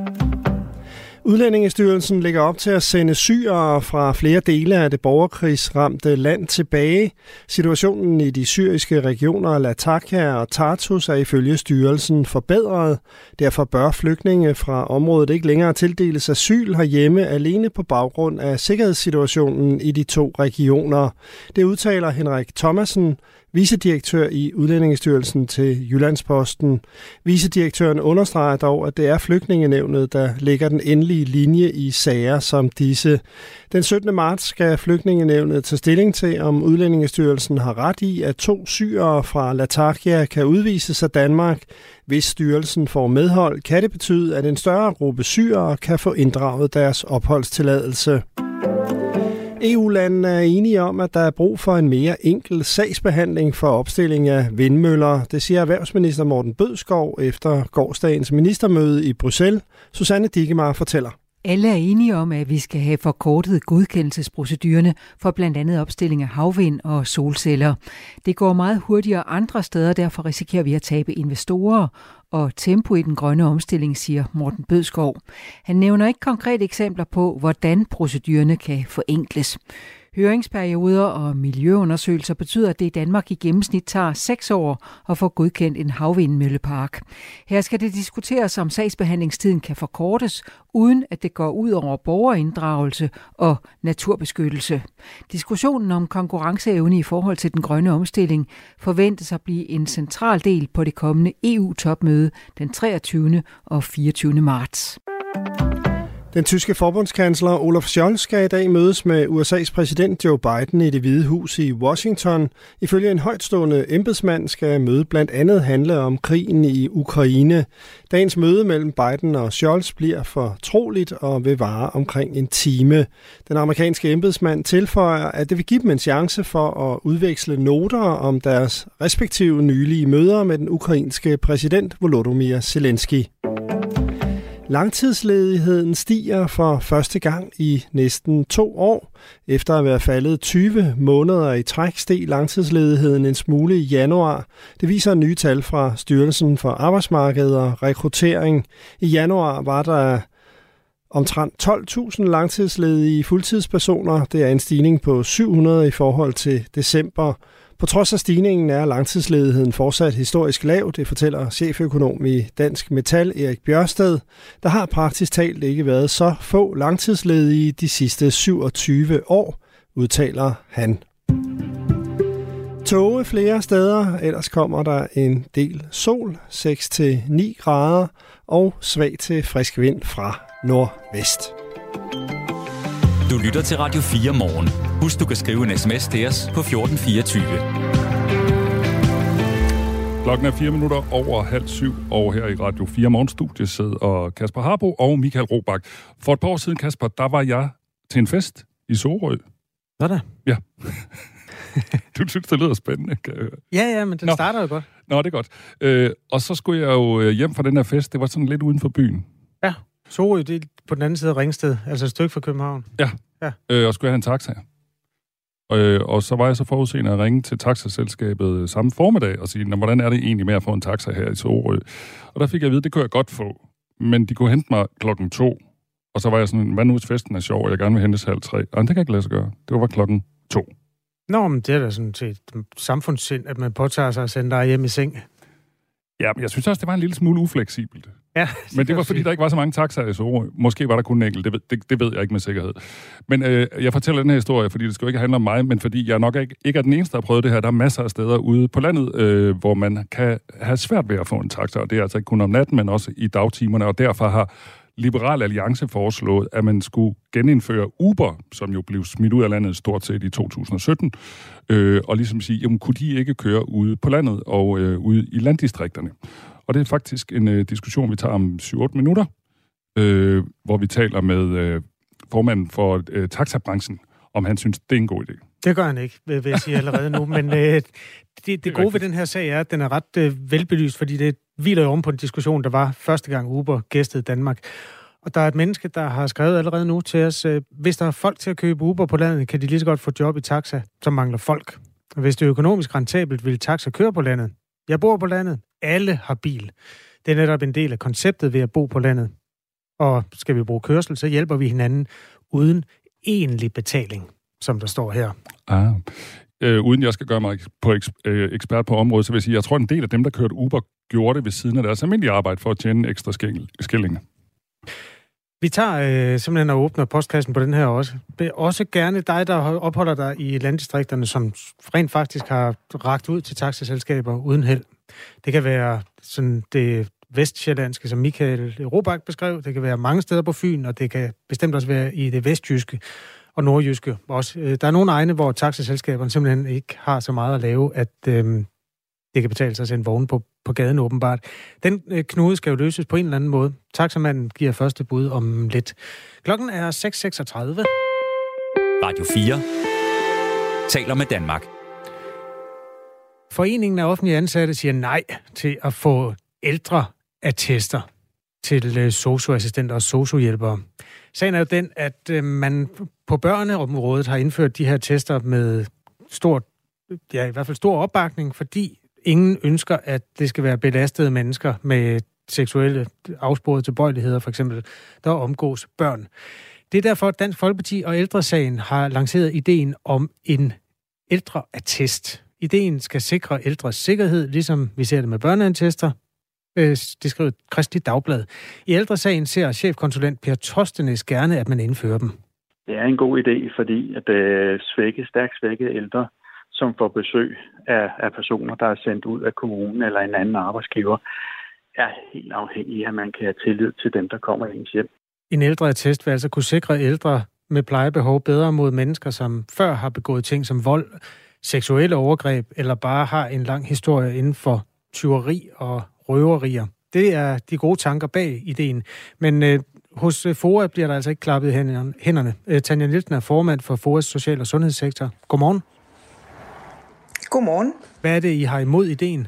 Udlændingestyrelsen lægger op til at sende syrere fra flere dele af det borgerkrigsramte land tilbage. Situationen i de syriske regioner Latakia og Tartus er ifølge styrelsen forbedret. Derfor bør flygtninge fra området ikke længere tildeles asyl herhjemme alene på baggrund af sikkerhedssituationen i de to regioner. Det udtaler Henrik Thomasen, vicedirektør i Udlændingestyrelsen, til Jyllandsposten. Vicedirektøren understreger dog, at det er Flygtningenævnet, der lægger den endelige linje i sager som disse. Den syttende marts skal Flygtningenævnet tage stilling til, om Udlændingestyrelsen har ret i, at to syrere fra Latakia kan udvises af Danmark. Hvis styrelsen får medhold, kan det betyde, at en større gruppe syrere kan få inddraget deres opholdstilladelse. E U-landene er enige om, at der er brug for en mere enkel sagsbehandling for opstilling af vindmøller. Det siger erhvervsminister Morten Bødskov efter gårsdagens ministermøde i Bruxelles. Susanne Dickemar fortæller. Alle er enige om, at vi skal have forkortet godkendelsesprocedurerne for blandt andet opstilling af havvind og solceller. Det går meget hurtigere andre steder, derfor risikerer vi at tabe investorer og tempo i den grønne omstilling, siger Morten Bødskov. Han nævner ikke konkrete eksempler på, hvordan procedurerne kan forenkles. Høringsperioder og miljøundersøgelser betyder, at det i Danmark i gennemsnit tager seks år at få godkendt en havvindmøllepark. Her skal det diskuteres, om sagsbehandlingstiden kan forkortes, uden at det går ud over borgerinddragelse og naturbeskyttelse. Diskussionen om konkurrenceevne i forhold til den grønne omstilling forventes at blive en central del på det kommende E U-topmøde den treogtyvende og fireogtyvende marts. Den tyske forbundskansler Olaf Scholz skal i dag mødes med U S A's præsident Joe Biden i Det Hvide Hus i Washington. Ifølge en højtstående embedsmand skal mødet blandt andet handle om krigen i Ukraine. Dagens møde mellem Biden og Scholz bliver fortroligt og vil vare omkring en time. Den amerikanske embedsmand tilføjer, at det vil give dem en chance for at udveksle noter om deres respektive nylige møder med den ukrainske præsident Volodymyr Zelensky. Langtidsledigheden stiger for første gang i næsten to år. Efter at være faldet tyve måneder i træk, steg langtidsledigheden en smule i januar. Det viser nye tal fra Styrelsen for Arbejdsmarked og Rekruttering. I januar var der omtrent tolv tusind langtidsledige fuldtidspersoner. Det er en stigning på syv hundrede i forhold til december. På trods af stigningen er langtidsledigheden fortsat historisk lav, det fortæller cheføkonom i Dansk Metal Erik Bjørsted. Der har praktisk talt ikke været så få langtidsledige de sidste syvogtyve år, udtaler han. Tåge flere steder, ellers kommer der en del sol, seks til ni grader og svag til frisk vind fra nordvest. Du lytter til Radio fire morgen. Husk, du kan skrive en sms til os på fjorten fireogtyve. Klokken er fire minutter over halv syv, og her i Radio fire morgenstudiet sidder Kasper Harbo og Michael Robach. For et par år siden, Kasper, der var jeg til en fest i Sorø. Nå da. Ja. Du synes, det lyder spændende, kan jeg høre. Ja, ja, men den Nå. starter jo godt. Nå, det er godt. Øh, og så skulle jeg jo hjem fra den her fest. Det var sådan lidt uden for byen. Ja, Sorø, det er på den anden side af Ringsted, altså et stykke fra København. Ja, ja. Øh, og skulle jeg have en taxa. Øh, og så var jeg så forudseende at ringe til taxaselskabet samme formiddag og sige, hvordan er det egentlig med at få en taxa her i Sorø? Og der fik jeg at vide, det kunne jeg godt få, men de kunne hente mig klokken to. Og så var jeg sådan, hvad nu hvis festen er sjov, og jeg gerne vil hentes halv tre? Og det kan jeg ikke lade sig gøre. Det var klokken to. Nå, men det er da sådan set samfundssind, at man påtager sig at sende dig hjem i seng. Ja, men jeg synes også, det var en lille smule ufleksibelt. Ja, det men det var, fordi sige. Der ikke var så mange taxaer i Sorø. Måske var der kun en enkelt, det ved, det, det ved jeg ikke med sikkerhed. Men øh, jeg fortæller den her historie, fordi det skal jo ikke handle om mig, men fordi jeg nok ikke, ikke er den eneste, der har prøvet det her. Der er masser af steder ude på landet, øh, hvor man kan have svært ved at få en taxa, og det er altså ikke kun om natten, men også i dagtimerne, og derfor har Liberal Alliance foreslået, at man skulle genindføre Uber, som jo blev smidt ud af landet stort set i to tusind og sytten, øh, og ligesom sige, jamen kunne de ikke køre ude på landet og øh, ude i landdistrikterne? Og det er faktisk en øh, diskussion, vi tager om syv otte minutter, øh, hvor vi taler med øh, formanden for øh, taxabranchen, om han synes, det er en god idé. Det gør han ikke, vil jeg sige allerede nu. Men øh, det, det, det gode ved den her sag er, at den er ret øh, velbelyst, fordi det hviler jo om på en diskussion, der var første gang Uber gæstede Danmark. Og der er et menneske, der har skrevet allerede nu til os, øh, hvis der er folk til at købe Uber på landet, kan de lige så godt få job i taxa, som mangler folk. Og hvis det er økonomisk rentabelt, vil taxa køre på landet. Jeg bor på landet. Alle har bil. Det er netop en del af konceptet ved at bo på landet. Og skal vi bruge kørsel, så hjælper vi hinanden uden egentlig betaling, som der står her. Ah. Øh, uden jeg skal gøre mig på eks- øh, ekspert på området, så vil jeg sige, jeg tror, en del af dem, der kørte Uber, gjorde det ved siden af deres almindelige arbejde for at tjene ekstra skillinger. Vi tager øh, simpelthen og åbner postkassen på den her også. Også gerne dig, der opholder dig i landdistrikterne, som rent faktisk har rakt ud til taxaselskaber uden held. Det kan være sådan det vestsjællandske, som Michael Robach beskrev. Det kan være mange steder på Fyn, og det kan bestemt også være i det vestjyske og nordjyske også. Der er nogle egne, hvor taxaselskaberne simpelthen ikke har så meget at lave, at øh, det kan betale sig at sende vognen på, på gaden åbenbart. Den øh, knude skal jo løses på en eller anden måde. Taxamanden giver første bud om lidt. Klokken er seks seksogtredive. Radio fire taler med Danmark. Foreningen af offentlige ansatte siger nej til at få ældreattester til sosu-assistenter og sosu-hjælpere. Sagen er jo den, at man på børneområdet har indført de her tester med stort, ja, i hvert fald stor opbakning, fordi ingen ønsker, at det skal være belastede mennesker med seksuelle afsporede tilbøjeligheder, for eksempel, der omgås børn. Det er derfor, at Dansk Folkeparti og Ældresagen har lanceret ideen om en ældreattest. Ideen skal sikre ældres sikkerhed, ligesom vi ser det med børneattester. Det skriver Kristeligt Dagblad. I Ældresagen ser chefkonsulent Per Tostenes gerne, at man indfører dem. Det er en god idé, fordi at øh, svække, stærkt svækkede ældre, som får besøg af, af personer, der er sendt ud af kommunen eller en anden arbejdsgiver, er helt afhængige af, at man kan have tillid til dem, der kommer i ens hjem. En ældreattest vil altså kunne sikre ældre med plejebehov bedre mod mennesker, som før har begået ting som vold, seksuelle overgreb eller bare har en lang historie inden for tyveri og røverier. Det er de gode tanker bag ideen. Men øh, hos FOA bliver der altså ikke klappet hænderne. Øh, Tanja Nielsen er formand for FOAs social- og sundhedssektor. Godmorgen. Godmorgen. Hvad er det, I har imod ideen?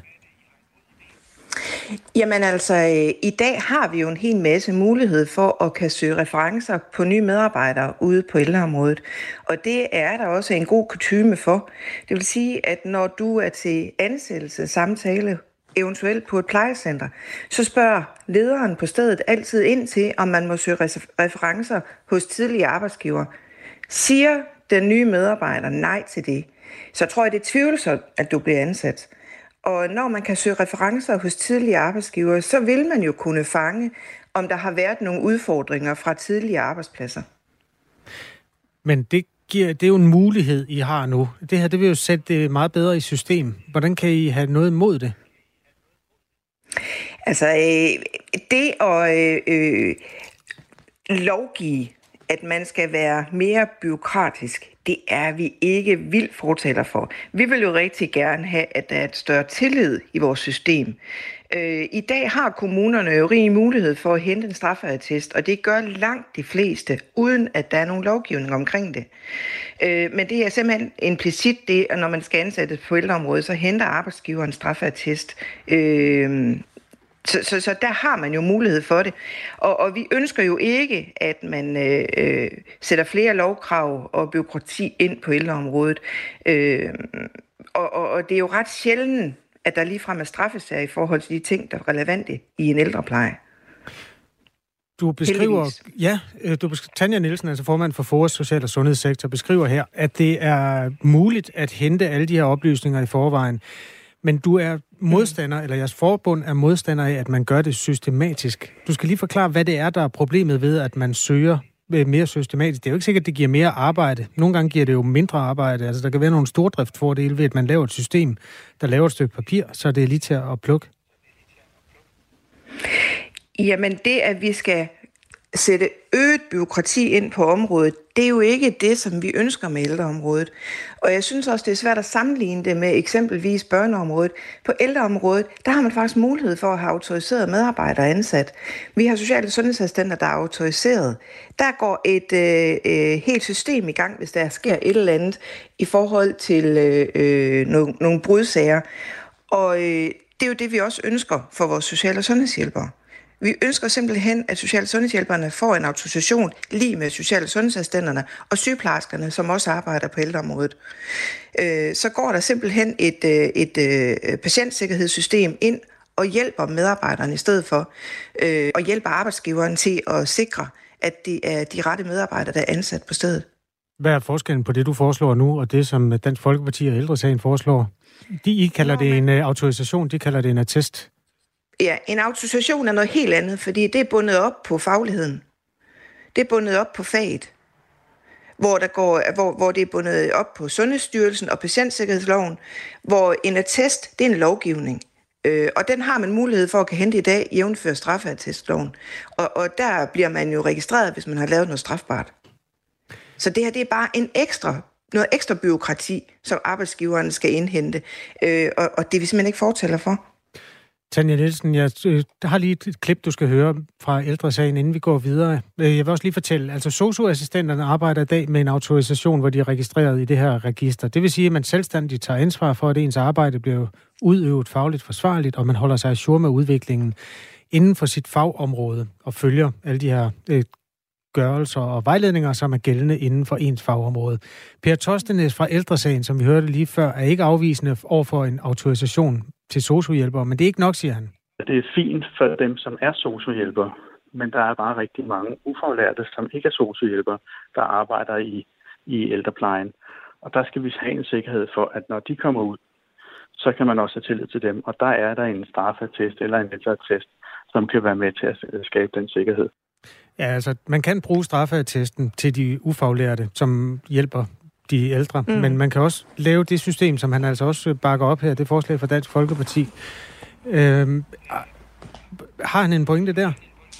Jamen altså, i dag har vi jo en hel masse mulighed for at kan søge referencer på nye medarbejdere ude på ældreområdet. Og det er der også en god kutyme for. Det vil sige, at når du er til ansættelse, samtale, eventuelt på et plejecenter, så spørger lederen på stedet altid ind til, om man må søge referencer hos tidligere arbejdsgiver. Siger den nye medarbejder nej til det, så tror jeg, det er tvivlsomt, at du bliver ansat. Og når man kan søge referencer hos tidligere arbejdsgivere, så vil man jo kunne fange, om der har været nogle udfordringer fra tidligere arbejdspladser. Men det, giver, det er jo en mulighed, I har nu. Det her, det vil jo sætte det meget bedre i system. Hvordan kan I have noget imod det? Altså, øh, det at øh, lovgive, at man skal være mere bureaukratisk, det er vi ikke vildt fortaler for. Vi vil jo rigtig gerne have, at der er et større tillid i vores system. Øh, I dag har kommunerne jo rig mulighed for at hente en straffeattest, og det gør langt de fleste, uden at der er nogen lovgivning omkring det. Øh, men det er simpelthen implicit det, at når man skal ansættes på ældreområdet, så henter arbejdsgiveren en straffeattest. Øh, Så, så, så der har man jo mulighed for det. Og, og vi ønsker jo ikke, at man øh, sætter flere lovkrav og bureaukrati ind på ældreområdet. Øh, og, og, og det er jo ret sjældent, at der ligefrem er straffesager i forhold til de ting, der er relevante i en ældrepleje. Du beskriver, ja, du beskriver, Tanja Nielsen, altså formand for FOA's Social- og Sundhedssektor, beskriver her, at det er muligt at hente alle de her oplysninger i forvejen. Men du er modstander, eller jeres forbund er modstander af, at man gør det systematisk. Du skal lige forklare, hvad det er, der er problemet ved, at man søger mere systematisk. Det er jo ikke sikkert, at det giver mere arbejde. Nogle gange giver det jo mindre arbejde. Altså, der kan være nogle stordriftsfordele ved, at man laver et system, der laver et stykke papir, så det er lige til at plukke. Jamen, det, at vi skal sætte øget byråkrati ind på området, det er jo ikke det, som vi ønsker med ældreområdet. Og jeg synes også, det er svært at sammenligne det med eksempelvis børneområdet. På ældreområdet, der har man faktisk mulighed for at have autoriserede medarbejdere ansat. Vi har sociale sundhedsassistenter, der er autoriseret. Der går et øh, helt system i gang, hvis der sker et eller andet i forhold til øh, nogle, nogle brudsager. Og øh, det er jo det, vi også ønsker for vores sociale og sundhedshjælpere. Vi ønsker simpelthen, at social- og sundhedshjælperne får en autorisation lige med social- og sundhedsassistenterne og sygeplejerskerne, som også arbejder på ældreområdet. Så går der simpelthen et, et, et patientsikkerhedssystem ind og hjælper medarbejderne i stedet for, og hjælper arbejdsgiveren til at sikre, at det er de rette medarbejdere, der er ansat på stedet. Hvad er forskellen på det, du foreslår nu, og det, som Dansk Folkeparti og Ældre Sagen foreslår? De I kalder det en autorisation, de kalder det en attest. Ja, en autorisation er noget helt andet, fordi det er bundet op på fagligheden. Det er bundet op på faget, hvor, der går, hvor, hvor det er bundet op på Sundhedsstyrelsen og patientsikkerhedsloven, hvor en attest, det er en lovgivning. Øh, og den har man mulighed for at kan hente i dag, jævnfør straffeattestloven. Og, og der bliver man jo registreret, hvis man har lavet noget strafbart. Så det her, det er bare en ekstra, noget ekstra byråkrati, som arbejdsgiveren skal indhente. Øh, og, og det er vi simpelthen ikke fortæller for. Tanja Nielsen, jeg har lige et klip, du skal høre fra Ældre Sagen, inden vi går videre. Jeg vil også lige fortælle, altså sosu-assistenterne arbejder i dag med en autorisation, hvor de er registreret i det her register. Det vil sige, at man selvstændigt tager ansvar for, at ens arbejde bliver udøvet fagligt forsvarligt, og man holder sig ajour med udviklingen inden for sit fagområde og følger alle de her øh, gørelser og vejledninger, som er gældende inden for ens fagområde. Per Tostenæs fra Ældre Sagen, som vi hørte lige før, er ikke afvisende over for en autorisation til sosu-hjælpere, men det er ikke nok, siger han. Det er fint for dem, som er sosu-hjælpere, men der er bare rigtig mange ufaglærte, som ikke er sosu-hjælpere, der arbejder i, i ældreplejen. Og der skal vi have en sikkerhed for, at når de kommer ud, så kan man også have tillid til dem. Og der er der en straffeattest eller en ældreattest, som kan være med til at skabe den sikkerhed. Ja, altså man kan bruge straffeattesten til de ufaglærte, som hjælper de ældre, mm. men man kan også lave det system, som han altså også bakker op her, det forslag fra Dansk Folkeparti. Øhm, har han en pointe der?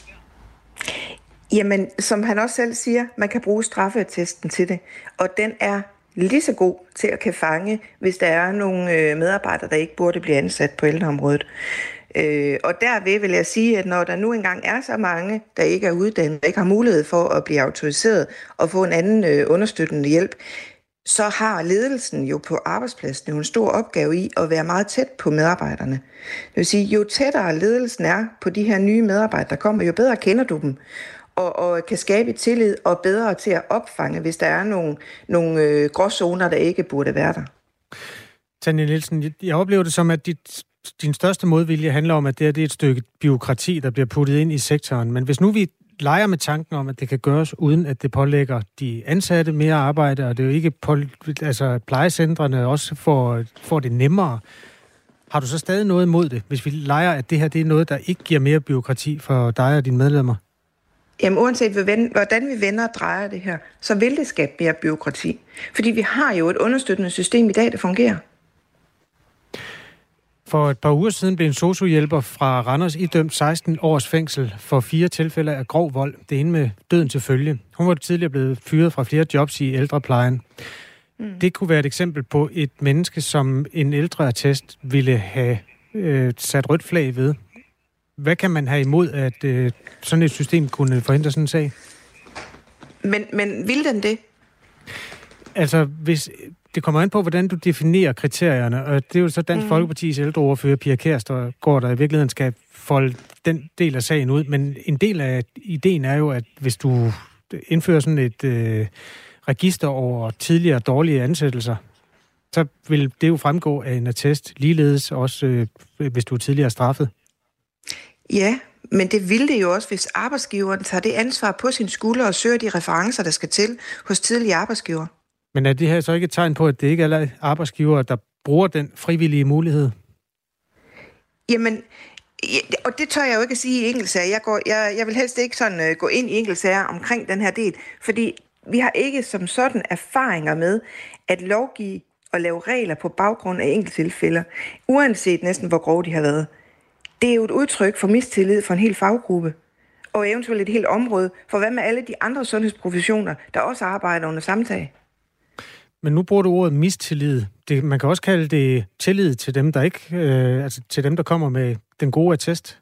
Jamen, som han også selv siger, man kan bruge straffeattesten til det, og den er lige så god til at kan fange, hvis der er nogle medarbejdere, der ikke burde blive ansat på ældreområdet. Øh, og derved vil jeg sige, at når der nu engang er så mange, der ikke er uddannet, der ikke har mulighed for at blive autoriseret og få en anden øh, understøttende hjælp, så har ledelsen jo på arbejdspladsen jo en stor opgave i at være meget tæt på medarbejderne. Det vil sige, jo tættere ledelsen er på de her nye medarbejdere, der kommer, jo bedre kender du dem, og, og kan skabe tillid og bedre til at opfange, hvis der er nogle, nogle øh, gråzoner, der ikke burde være der. Tanja Nielsen, jeg oplever det som, at dit din største modvilje handler om, at det, er, det er et stykke byråkrati, der bliver puttet ind i sektoren. Men hvis nu vi leger med tanken om, at det kan gøres, uden at det pålægger de ansatte mere arbejde, og det er jo ikke på, altså plejecentrene også får, får det nemmere, har du så stadig noget imod det, hvis vi leger, at det her det er noget, der ikke giver mere byråkrati for dig og dine medlemmer? Jamen uanset hvordan vi vender og drejer det her, så vil det skabe mere byråkrati. Fordi vi har jo et understøttende system i dag, der fungerer. For et par uger siden blev en sosu-hjælper fra Randers idømt seksten års fængsel for fire tilfælde af grov vold. Det ene med døden til følge. Hun var tidligere blevet fyret fra flere jobs i ældreplejen. Mm. Det kunne være et eksempel på et menneske, som en ældreattest ville have øh, sat rødt flag ved. Hvad kan man have imod, at øh, sådan et system kunne forhindre sådan en sag? Men, men vil den det? Altså, hvis... Det kommer an på, hvordan du definerer kriterierne, og det er jo så Dansk mm. Folkepartis ældreordfører, Pia Kjærsgaard, der i virkeligheden skal folde den del af sagen ud. Men en del af ideen er jo, at hvis du indfører sådan et øh, register over tidligere dårlige ansættelser, så vil det jo fremgå af en attest, ligeledes også, øh, hvis du er tidligere straffet. Ja, Men det ville det jo også, hvis arbejdsgiveren tager det ansvar på sin skulder og søger de referencer, der skal til hos tidligere arbejdsgiver. Men er det her så ikke et tegn på, at det ikke er alle arbejdsgivere, der bruger den frivillige mulighed? Jamen, og det tør jeg jo ikke at sige i enkeltsager. Jeg, går, jeg, jeg vil helst ikke sådan uh, gå ind i enkeltsager omkring den her del, fordi vi har ikke som sådan erfaringer med at lovgive og lave regler på baggrund af enkelttilfælde, uanset næsten hvor grove de har været. Det er jo et udtryk for mistillid for en hel faggruppe, og eventuelt et helt område, for hvad med alle de andre sundhedsprofessioner, der også arbejder under samme tag? Men nu bruger du ordet mistillid. Det, man kan også kalde det tillid til dem, der ikke, øh, altså til dem, der kommer med den gode attest.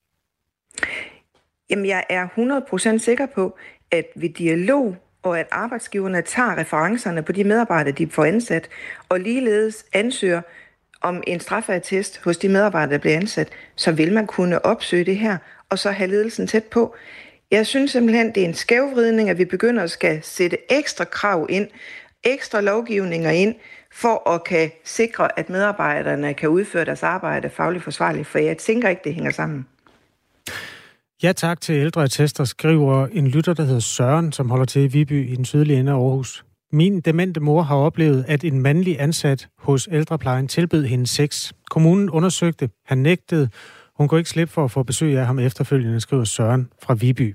Jamen, jeg er hundrede procent sikker på, at ved dialog og at arbejdsgiverne tager referencerne på de medarbejdere, de får ansat, og ligeledes ansøger om en straffeattest hos de medarbejdere, der bliver ansat, så vil man kunne opsøge det her, og så have ledelsen tæt på. Jeg synes simpelthen, det er en skævvridning, at vi begynder at skal sætte ekstra krav ind, ekstra lovgivninger ind, for at kan sikre, at medarbejderne kan udføre deres arbejde fagligt forsvarligt, for jeg tænker ikke, det hænger sammen. Ja tak til ældreattester, skriver en lytter, der hedder Søren, som holder til i Viby i den sydlige ende af Aarhus. Min demente mor har oplevet, at en mandlig ansat hos ældreplejen tilbød hende sex. Kommunen undersøgte, han nægtede. Hun kunne ikke slippe for at få besøg af ham efterfølgende, skriver Søren fra Viby.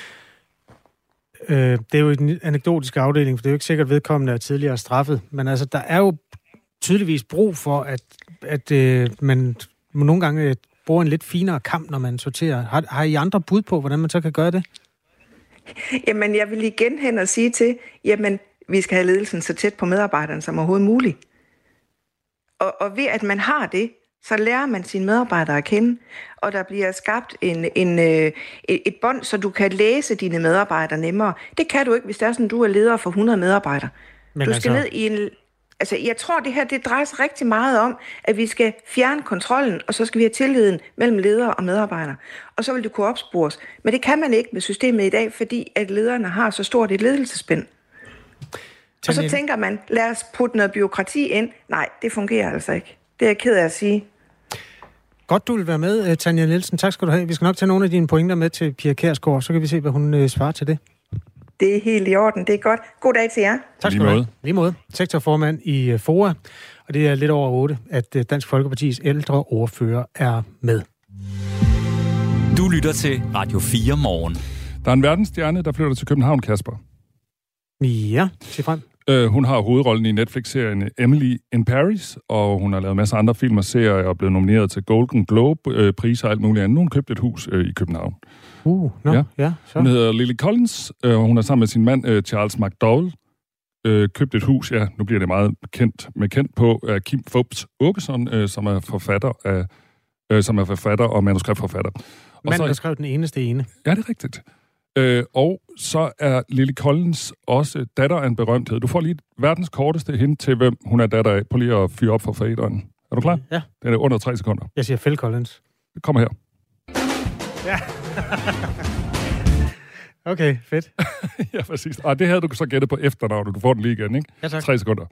Øh, det er jo en anekdotisk afdeling, for det er jo ikke sikkert vedkommende er tidligere straffet. Men altså, der er jo tydeligvis brug for, at, at øh, man nogle gange bruger en lidt finere kamp, når man sorterer. Har, har I andre bud på, hvordan man så kan gøre det? Jamen, jeg vil igen hen og sige til, jamen, vi skal have ledelsen så tæt på medarbejderne som overhovedet muligt. Og, og ved at man har det, så lærer man sine medarbejdere at kende, og der bliver skabt en, en, øh, et bånd, så du kan læse dine medarbejdere nemmere. Det kan du ikke, hvis det er sådan, du er leder for hundrede medarbejdere. Men du skal altså... ned i en... Altså, jeg tror, det her, det drejer sig rigtig meget om, at vi skal fjerne kontrollen, og så skal vi have tilliden mellem ledere og medarbejdere. Og så vil det kunne opspores. Men det kan man ikke med systemet i dag, fordi at lederne har så stort et ledelsespænd. Og så tænker man, lad os putte noget byråkrati ind. Nej, det fungerer altså ikke. Det er jeg ked af at sige. Godt, du vil være med, Tanja Nielsen. Tak skal du have. Vi skal nok tage nogle af dine pointer med til Pia Kjærsgaard, så kan vi se, hvad hun øh, svarer til det. Det er helt i orden. Det er godt. God dag til jer. Tak skal du have. Lige måde. Sektorformand i uh, FOA, og det er lidt over otte, at uh, Dansk Folkepartis ældre ordfører er med. Du lytter til Radio fire Morgen. Der er en verdensstjerne, der flytter til København, Kasper. Ja, sig frem. Uh, hun har hovedrollen i Netflix-serien Emily in Paris, og hun har lavet masser af andre film og serier og er blevet nomineret til Golden Globe-priser uh, og alt muligt andet. Nu har hun købt et hus uh, i København. Uh, no, ja. ja så. Hun hedder Lily Collins, uh, og hun er sammen med sin mand uh, Charles McDowell uh, købt et hus. Ja, nu bliver det meget kendt, med kendt på uh, Kim Fupz Aakeson, uh, som er forfatter af, uh, som er forfatter og manuskriptforfatter. Manden, der skrev den eneste ene. Ja, det er rigtigt. Uh, og så er Lily Collins også datter af en berømthed. Du får lige verdens korteste hint til, hvem hun er datter af. Prøv lige at fyre op for faderen. Er du klar? Ja. Det er under tre sekunder. Jeg siger Phil Collins. Det kommer her. Ja. Okay, fedt. Ja, præcis. Ah, det havde du så gættet på efternavnet. Du får den lige igen, ikke? Ja, tak. Tre sekunder.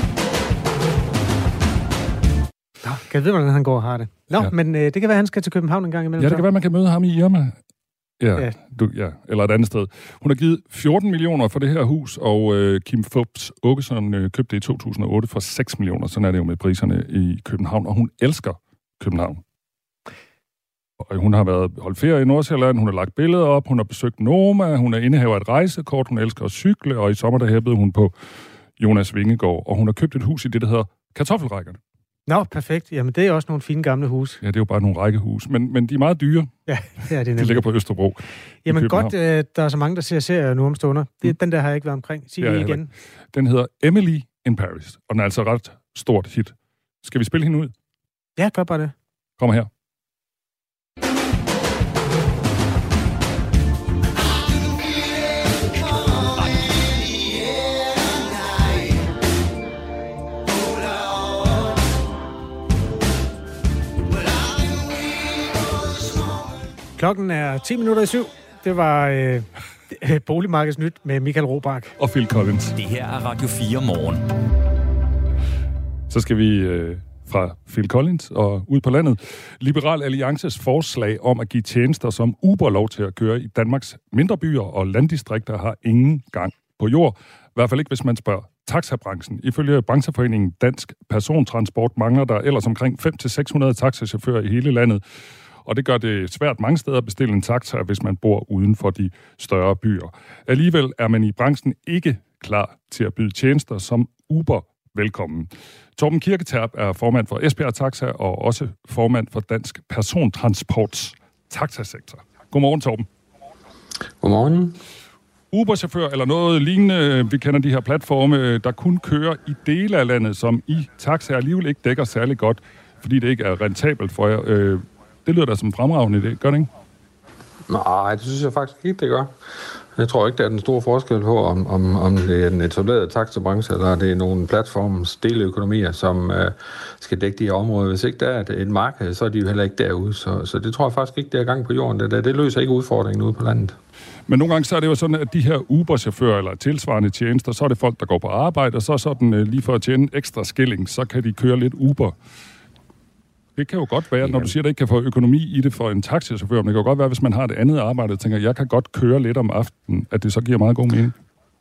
Nå, kan jeg vide, hvordan han går og har det? Nå, ja. men øh, det kan være, at han skal til København en gang imellem. Ja, det kan være, man kan møde ham i Irma. Ja, ja. Du, ja, eller et andet sted. Hun har givet fjorten millioner for det her hus, og øh, Kim Fupz Aakeson øh, købte det i to tusind og otte for seks millioner. Sådan er det jo med priserne i København, og hun elsker København. Og hun har været holdt ferie i Nordsjælland, hun har lagt billeder op, hun har besøgt Noma, hun er indehaver et rejsekort, hun elsker at cykle, og i sommer der hæppede hun på Jonas Vingegaard, og hun har købt et hus i det, der hedder Kartoffelrækkerne. Nå, perfekt. Jamen, det er også nogle fine gamle hus. Ja, det er jo bare nogle rækkehus, men, men de er meget dyre. Ja, det er det nemlig. De ligger på Østerbro. Jamen godt, øh, der er så mange, der ser serier nu om stunder. Det, mm. Den der har jeg ikke været omkring. Sig ja, lige igen. Ikke. Den hedder Emily in Paris, og den er altså ret stort hit. Skal vi spille hende ud? Ja, gør bare det. Kommer her. Klokken er ti minutter i syv. Det var øh, Boligmarkedsnyt med Michael Robach. Og Phil Collins. Det her er Radio fire Morgen. Så skal vi øh, fra Phil Collins og ud på landet. Liberal Alliances forslag om at give tjenester som Uber lov til at køre i Danmarks mindre byer og landdistrikter har ingen gang på jord. I hvert fald ikke, hvis man spørger taxabranchen. Ifølge brancheforeningen Dansk Persontransport mangler der ellers omkring fem til seks hundrede taxachauffører i hele landet. Og det gør det svært mange steder at bestille en taxa, hvis man bor uden for de større byer. Alligevel er man i branchen ikke klar til at byde tjenester som Uber velkommen. Torben Kirketerp er formand for Esbjerg Taxa og også formand for Dansk Persontransports taxasektor. Godmorgen, Torben. Godmorgen. Uber-chauffør eller noget lignende, vi kender de her platforme, der kun kører i dele af landet, som I taxa alligevel ikke dækker særlig godt, fordi det ikke er rentabelt for jer. Det lyder da som fremragende idé, gør det ikke? Nej, det synes jeg faktisk ikke, det gør. Jeg tror ikke, der er den store forskel på, om, om, om det er den etablerede taxabranche, eller det er nogle platforms deleøkonomier, som øh, skal dække de her områder. Hvis ikke der er et marked, så er de jo heller ikke derude. Så, så det tror jeg faktisk ikke, det er gang på jorden. Det, det løser ikke udfordringen ude på landet. Men nogle gange så er det jo sådan, at de her Uber-chauffører eller tilsvarende tjenester, så er det folk, der går på arbejde, og så sådan øh, lige for at tjene ekstra skilling, så kan de køre lidt Uber. Det kan jo godt være, når du siger, at der ikke kan få økonomi i det for en taxichauffør, men det kan jo godt være, hvis man har et andet arbejde, og tænker, jeg kan godt køre lidt om aftenen, at det så giver meget god mening.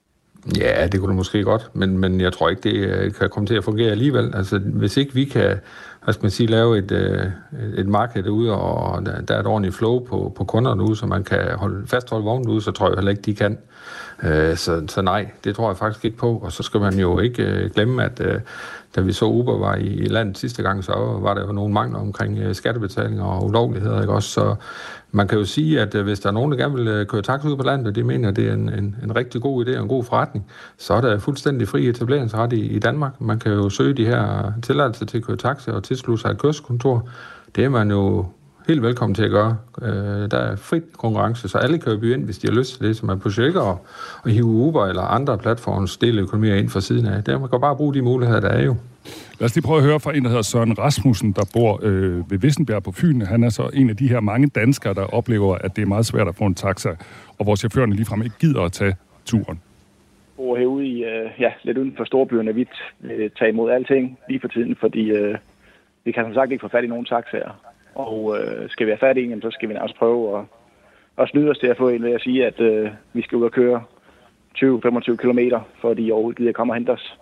Ja, det kunne du måske godt, men, men jeg tror ikke, det kan komme til at fungere alligevel. Altså, hvis ikke vi kan, hvad skal man sige, lave et, et marked derude, og der er et ordentligt flow på, på kunderne ude, så man kan holde, fastholde vognen ude, så tror jeg heller ikke, de kan. Så, så nej, det tror jeg faktisk ikke på. Og så skal man jo ikke glemme, at da vi så Uber var i landet sidste gang, så var der jo nogle mangler omkring skattebetalinger og ulovligheder, ikke også? Så man kan jo sige, at hvis der er nogen, der gerne vil køre taxa ud på landet, og de mener, at det er en, en, en rigtig god idé og en god forretning, så er der fuldstændig fri etableringsret i, i Danmark. Man kan jo søge de her tilladelser til at køre taxa og tilslutte sig et kørselskontor. Det er man jo helt velkommen til at gøre. Der er fri konkurrence, så alle kan jo byde ind, hvis de har lyst til det, så man behøver ikke at, at hive Uber eller andre platforms deleøkonomier ind fra siden af. Der man kan bare bruge de muligheder, der er jo. Lad os lige prøve at høre fra en, der hedder Søren Rasmussen, der bor øh, ved Vissenbjerg på Fyn. Han er så en af de her mange danskere, der oplever, at det er meget svært at få en taxa, og hvor chaufførerne ligefrem ikke gider at tage turen. Bor herude i, øh, ja, lidt uden for storbyerne, vi øh, tager imod alting lige for tiden, fordi øh, vi kan som sagt ikke få fat i nogen taxaer. Og øh, skal vi have fat i en, så skal vi nærmest prøve at, at snyde os til at få en ved at sige, at øh, vi skal ud og køre tyve til femogtyve kilometer, for de overhovedet gider komme og hente os.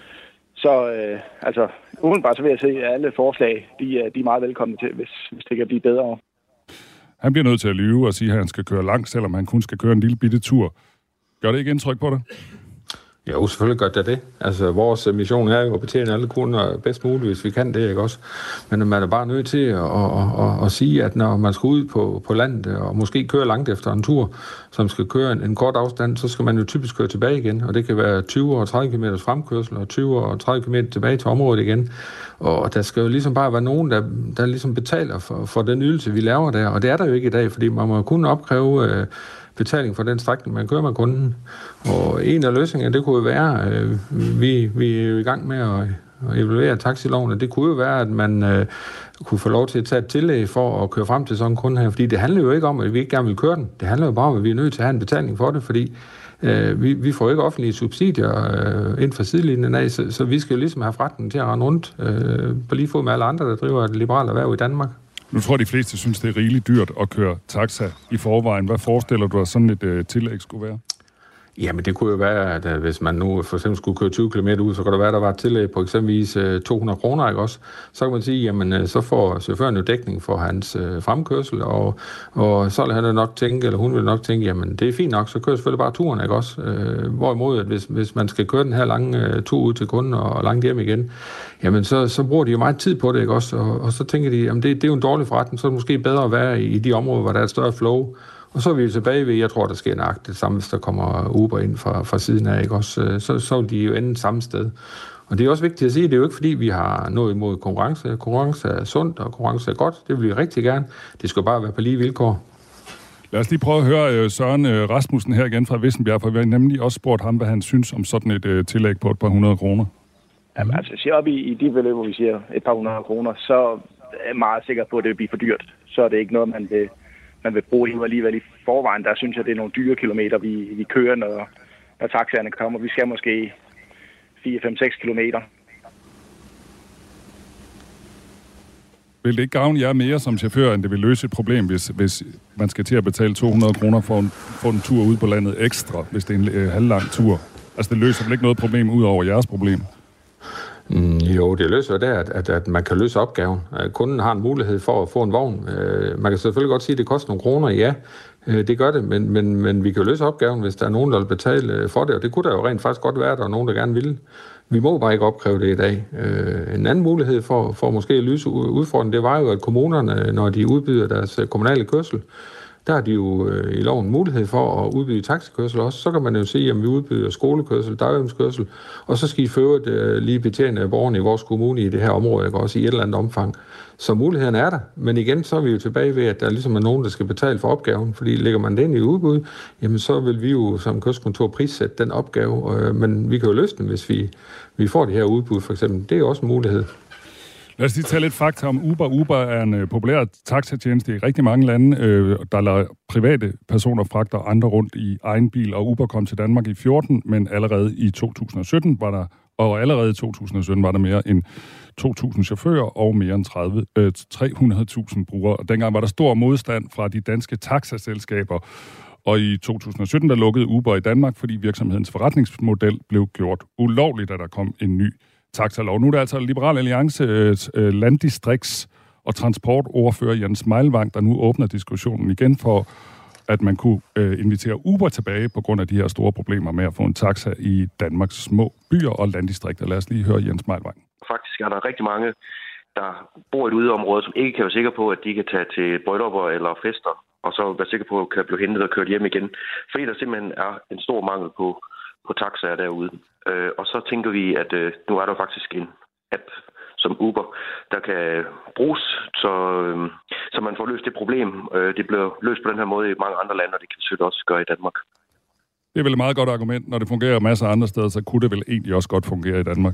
Så øh, altså, udenbart så vil jeg se, at alle forslag, de, de er meget velkomne til, hvis, hvis det kan blive bedre. Han bliver nødt til at lyve og sige, at han skal køre langt, selvom han kun skal køre en lille bitte tur. Gør det ikke indtryk på dig? Jo, selvfølgelig gør det det. Altså, vores mission er jo at betjene alle kunder bedst muligt, hvis vi kan det, ikke også? Men man er bare nødt til at, at, at, at sige, at når man skal ud på, på landet og måske køre langt efter en tur, som skal køre en, en kort afstand, så skal man jo typisk køre tilbage igen. Og det kan være tyve og tredive kilometer fremkørsel og tyve og tredive kilometer tilbage til området igen. Og der skal jo ligesom bare være nogen, der, der ligesom betaler for, for den ydelse, vi laver der. Og det er der jo ikke i dag, fordi man må kun opkræve øh, betaling for den strækning, man kører med kunden. Og en af løsningerne, det kunne jo være, øh, vi, vi er jo i gang med at, at evaluere taxiloven, og det kunne jo være, at man øh, kunne få lov til at tage et tillæg for at køre frem til sådan en kunde her, fordi det handler jo ikke om, at vi ikke gerne vil køre den. Det handler jo bare om, at vi er nødt til at have en betaling for det, fordi øh, vi, vi får ikke offentlige subsidier øh, inden for sidelinjen af, så, så vi skal jo ligesom have retten til at rende rundt øh, på lige fod med alle andre, der driver et liberalt erhverv i Danmark. Nu tror jeg, de fleste synes, det er rigeligt dyrt at køre taxa i forvejen. Hvad forestiller du, at sådan et øh, tillæg skulle være? Jamen det kunne jo være, at hvis man nu for eksempel skulle køre tyve kilometer ud, så kan det være, at der var et tillæg på eksempelvis to hundrede kroner, ikke også? Så kan man sige, jamen så får chaufføren jo dækning for hans øh, fremkørsel, og, og så vil han nok tænke, eller hun vil nok tænke, jamen det er fint nok, så kører selvfølgelig bare turen, ikke også? Øh, hvorimod, at hvis, hvis man skal køre den her lange øh, tur ud til kunden og, og langt hjem igen, jamen så, så bruger de jo meget tid på det, ikke også? Og, og så tænker de, jamen det, det er jo en dårlig forretning, så er det måske bedre at være i, i de områder, hvor der er et større flow. Og så er vi tilbage ved, jeg tror, der sker nøjagtigt det samme, hvis der kommer Uber ind fra, fra siden af, ikke også? Så, så vil de jo ende samme sted. Og det er også vigtigt at sige, det er jo ikke fordi, vi har noget imod konkurrence. Konkurrence er sundt, og konkurrence er godt. Det vil vi rigtig gerne. Det skal bare være på lige vilkår. Lad os lige prøve at høre Søren Rasmussen her igen fra Vissenbjerg, for vi har nemlig også spurgt ham, hvad han synes om sådan et uh, tillæg på et par hundrede kroner. Jamen altså, siger op i, i de beløb, hvor vi siger et par hundrede kroner, så er jeg meget sikker på, at det vil blive for dyrt. Så er det ikke noget, man vil... man vil bruge hele alligevel i forvejen. Der synes jeg, det er nogle dyre kilometer, vi, vi kører, når, når taxaerne kommer. Vi skal måske fire, fem, seks kilometer. vil det ikke gavne jer mere som chauffør, end det vil løse et problem, hvis, hvis man skal til at betale to hundrede kroner for en, for en tur ud på landet ekstra, hvis det er en øh, halvlang tur? Altså, det løser vel ikke noget problem ud over jeres problem? Mm, jo, det løser det, at, at, at man kan løse opgaven. Kunden har en mulighed for at få en vogn. Man kan selvfølgelig godt sige, at det koster nogle kroner, ja, det gør det, men, men, men vi kan løse opgaven, hvis der er nogen, der vil betale for det, og det kunne der jo rent faktisk godt være, at der er nogen, der gerne vil. Vi må bare ikke opkræve det i dag. En anden mulighed for, for måske at løse udfordringen, det var jo, at kommunerne, når de udbyder deres kommunale kørsel, der har de jo øh, i loven mulighed for at udbyde taxikørsel også. Så kan man jo sige, at vi udbyder skolekørsel, daghjemskørsel, og så skal I føre øh, lige betjene borgerne i vores kommune i det her område, ikke? Også i et eller andet omfang. Så muligheden er der, men igen, så er vi jo tilbage ved, at der ligesom er nogen, der skal betale for opgaven, fordi lægger man den i udbud, jamen så vil vi jo som kystkontor prissætte den opgave, øh, men vi kan jo løse den, hvis vi, vi får det her udbud for eksempel. Det er jo også en mulighed. Lad os lige tage lidt fakta om Uber. Uber er en øh, populær taxatjeneste i rigtig mange lande, øh, der lader private personer fragter andre rundt i egen bil, og Uber kom til Danmark i fjorten, men allerede i to tusind og sytten var der, og allerede i to tusind og sytten var der mere end to tusind chauffører og mere end tredive, øh, tre hundrede tusind brugere. Og dengang var der stor modstand fra de danske taxaselskaber, og i to tusind og sytten der lukkede Uber i Danmark, fordi virksomhedens forretningsmodel blev gjort ulovligt, da der kom en ny taxalov. Nu er det altså Liberal Alliance øh, landdistrikts- og transportordfører Jens Meilvang, der nu åbner diskussionen igen for, at man kunne øh, invitere Uber tilbage på grund af de her store problemer med at få en taxa i Danmarks små byer og landdistrikter. Lad os lige høre Jens Meilvang. Faktisk er der rigtig mange, der bor i et udeområde, som ikke kan være sikre på, at de kan tage til bryllupper eller fester, og så være sikre på, at kan blive hentet og kørt hjem igen. Fordi der simpelthen er en stor mangel på, på taxaer derude. Øh, og så tænker vi, at øh, nu er der faktisk en app som Uber, der kan bruges, så, øh, så man får løst det problem. Øh, det bliver løst på den her måde i mange andre lande, og det kan vi selvfølgelig også gøre i Danmark. Det er vel et meget godt argument. Når det fungerer masser af andre steder, så kunne det vel egentlig også godt fungere i Danmark.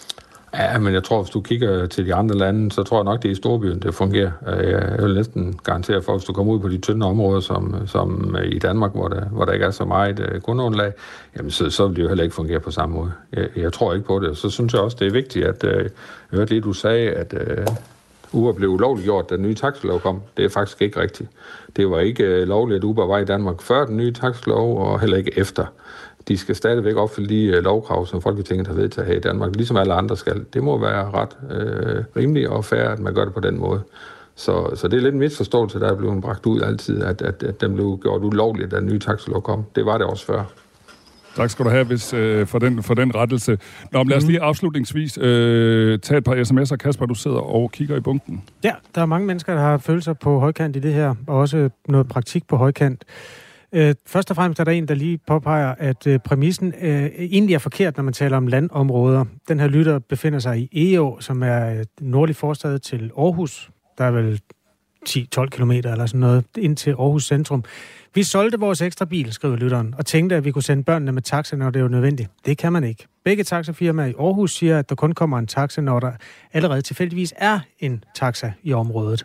Ja, men jeg tror, hvis du kigger til de andre lande, så tror jeg nok, det er i storbyen, det fungerer. Jeg vil næsten garantere for, hvis du kommer ud på de tynde områder, som, som i Danmark, hvor der, hvor der ikke er så meget kundeunderlag, jamen så, så vil det jo heller ikke fungere på samme måde. Jeg, jeg tror ikke på det. Så synes jeg også, det er vigtigt, at jeg hørte lige, du sagde, at uh, Uber blev ulovliggjort, da den nye taxalov kom. Det er faktisk ikke rigtigt. Det var ikke uh, lovligt, at Uber var i Danmark før den nye taxalov, og heller ikke efter. De skal stadigvæk opfylde de uh, lovkrav, som Folketinget har vedtaget her i Danmark, ligesom alle andre skal. Det må være ret øh, rimeligt og fair, at man gør det på den måde. Så, så det er lidt en misforståelse, der er blevet bragt ud altid, at, at, at den blev gjort ulovligt, da den nye taxalov kom. Det var det også før. Tak skal du have hvis, øh, for, den, for den rettelse. Nå, men lad os lige afslutningsvis øh, tage et par sms'er. Kasper, du sidder og kigger i bunken. Ja, der er mange mennesker, der har følelser på højkant i det her, og også noget praktik på højkant. Øh, først og fremmest er der en, der lige påpeger, at øh, præmissen øh, egentlig er forkert, når man taler om landområder. Den her lytter befinder sig i Egå, som er et nordlig forstad til Aarhus. Der er vel ti til tolv kilometer eller sådan noget ind til Aarhus centrum. Vi solgte vores ekstra bil, skriver lytteren, og tænkte, at vi kunne sende børnene med taxa, når det er nødvendigt. Det kan man ikke. Begge taxafirmaer i Aarhus siger, at der kun kommer en taxa, når der allerede tilfældigvis er en taxa i området.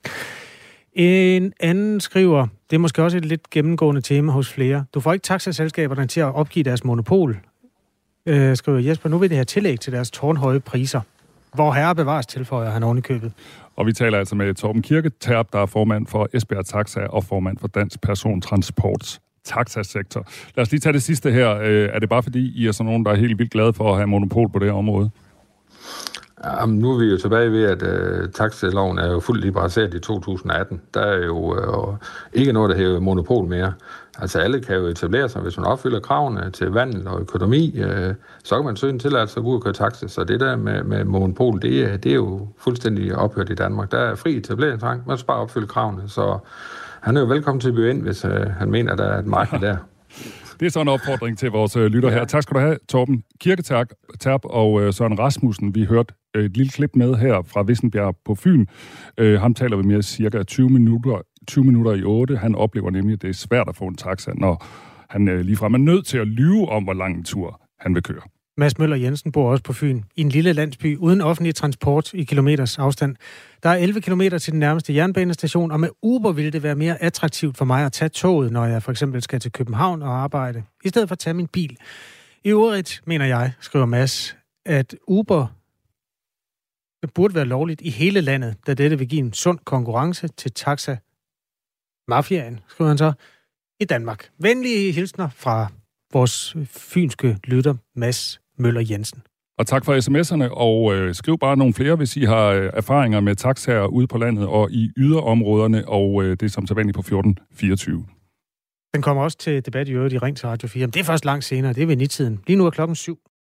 En anden skriver, det er måske også et lidt gennemgående tema hos flere. Du får ikke taxaselskaberne til at opgive deres monopol, øh, skriver Jesper. Nu vil det have tillæg til deres tårnhøje priser. Hvor herre bevares, tilføjer han oven i købet. Og vi taler altså med Torben Kirketerp, der er formand for Esbjerg Taxa og formand for Dansk Persontransports taxasektor. Lad os lige tage det sidste her. Er det bare fordi, I er sådan nogen, der er helt vildt glade for at have monopol på det her område? Jamen, nu er vi jo tilbage ved, at uh, taxiloven er jo fuldt liberaliseret i to tusind og atten. Der er jo uh, ikke noget, der hæver monopol mere. Altså alle kan jo etablere sig, hvis man opfylder kravene til vandel og økonomi, uh, så kan man søge en tilladelse at gå ud og køre taxi. Så det der med, med monopol, det, det er jo fuldstændig ophørt i Danmark. Der er fri etableringsrang, man skal bare opfylde kravene. Så han er jo velkommen til at byde ind, hvis uh, han mener, der er et marked der. Det er så en opfordring til vores lytter her. Tak skal du have, Torben Kirketerp og Søren Rasmussen. Vi hørte et lille klip med her fra Vissenbjerg på Fyn. Uh, ham taler vi med cirka tyve minutter, tyve minutter i otte. Han oplever nemlig, at det er svært at få en taxa, når han uh, ligefrem er nødt til at lyve om, hvor lang en tur han vil køre. Mads Møller Jensen bor også på Fyn, i en lille landsby uden offentlig transport i kilometers afstand. Der er elleve kilometer til den nærmeste jernbanestation, og med Uber ville det være mere attraktivt for mig at tage toget, når jeg for eksempel skal til København og arbejde, i stedet for at tage min bil. I øvrigt mener jeg, skriver Mads, at Uber Det burde være lovligt i hele landet, da dette vil give en sund konkurrence til taxa-mafiaen, skriver han så, i Danmark. Venlige hilsner fra vores fynske lytter, Mads Møller Jensen. Og tak for sms'erne, og øh, skriv bare nogle flere, hvis I har øh, erfaringer med taxaer ude på landet og i yderområderne, og øh, det er som sædvanligt på fjorten fireogtyve. Den kommer også til debat i øvrigt i Ring til Radio fire, men det er først langt senere, det er ved nitiden. Lige nu er klokken syv.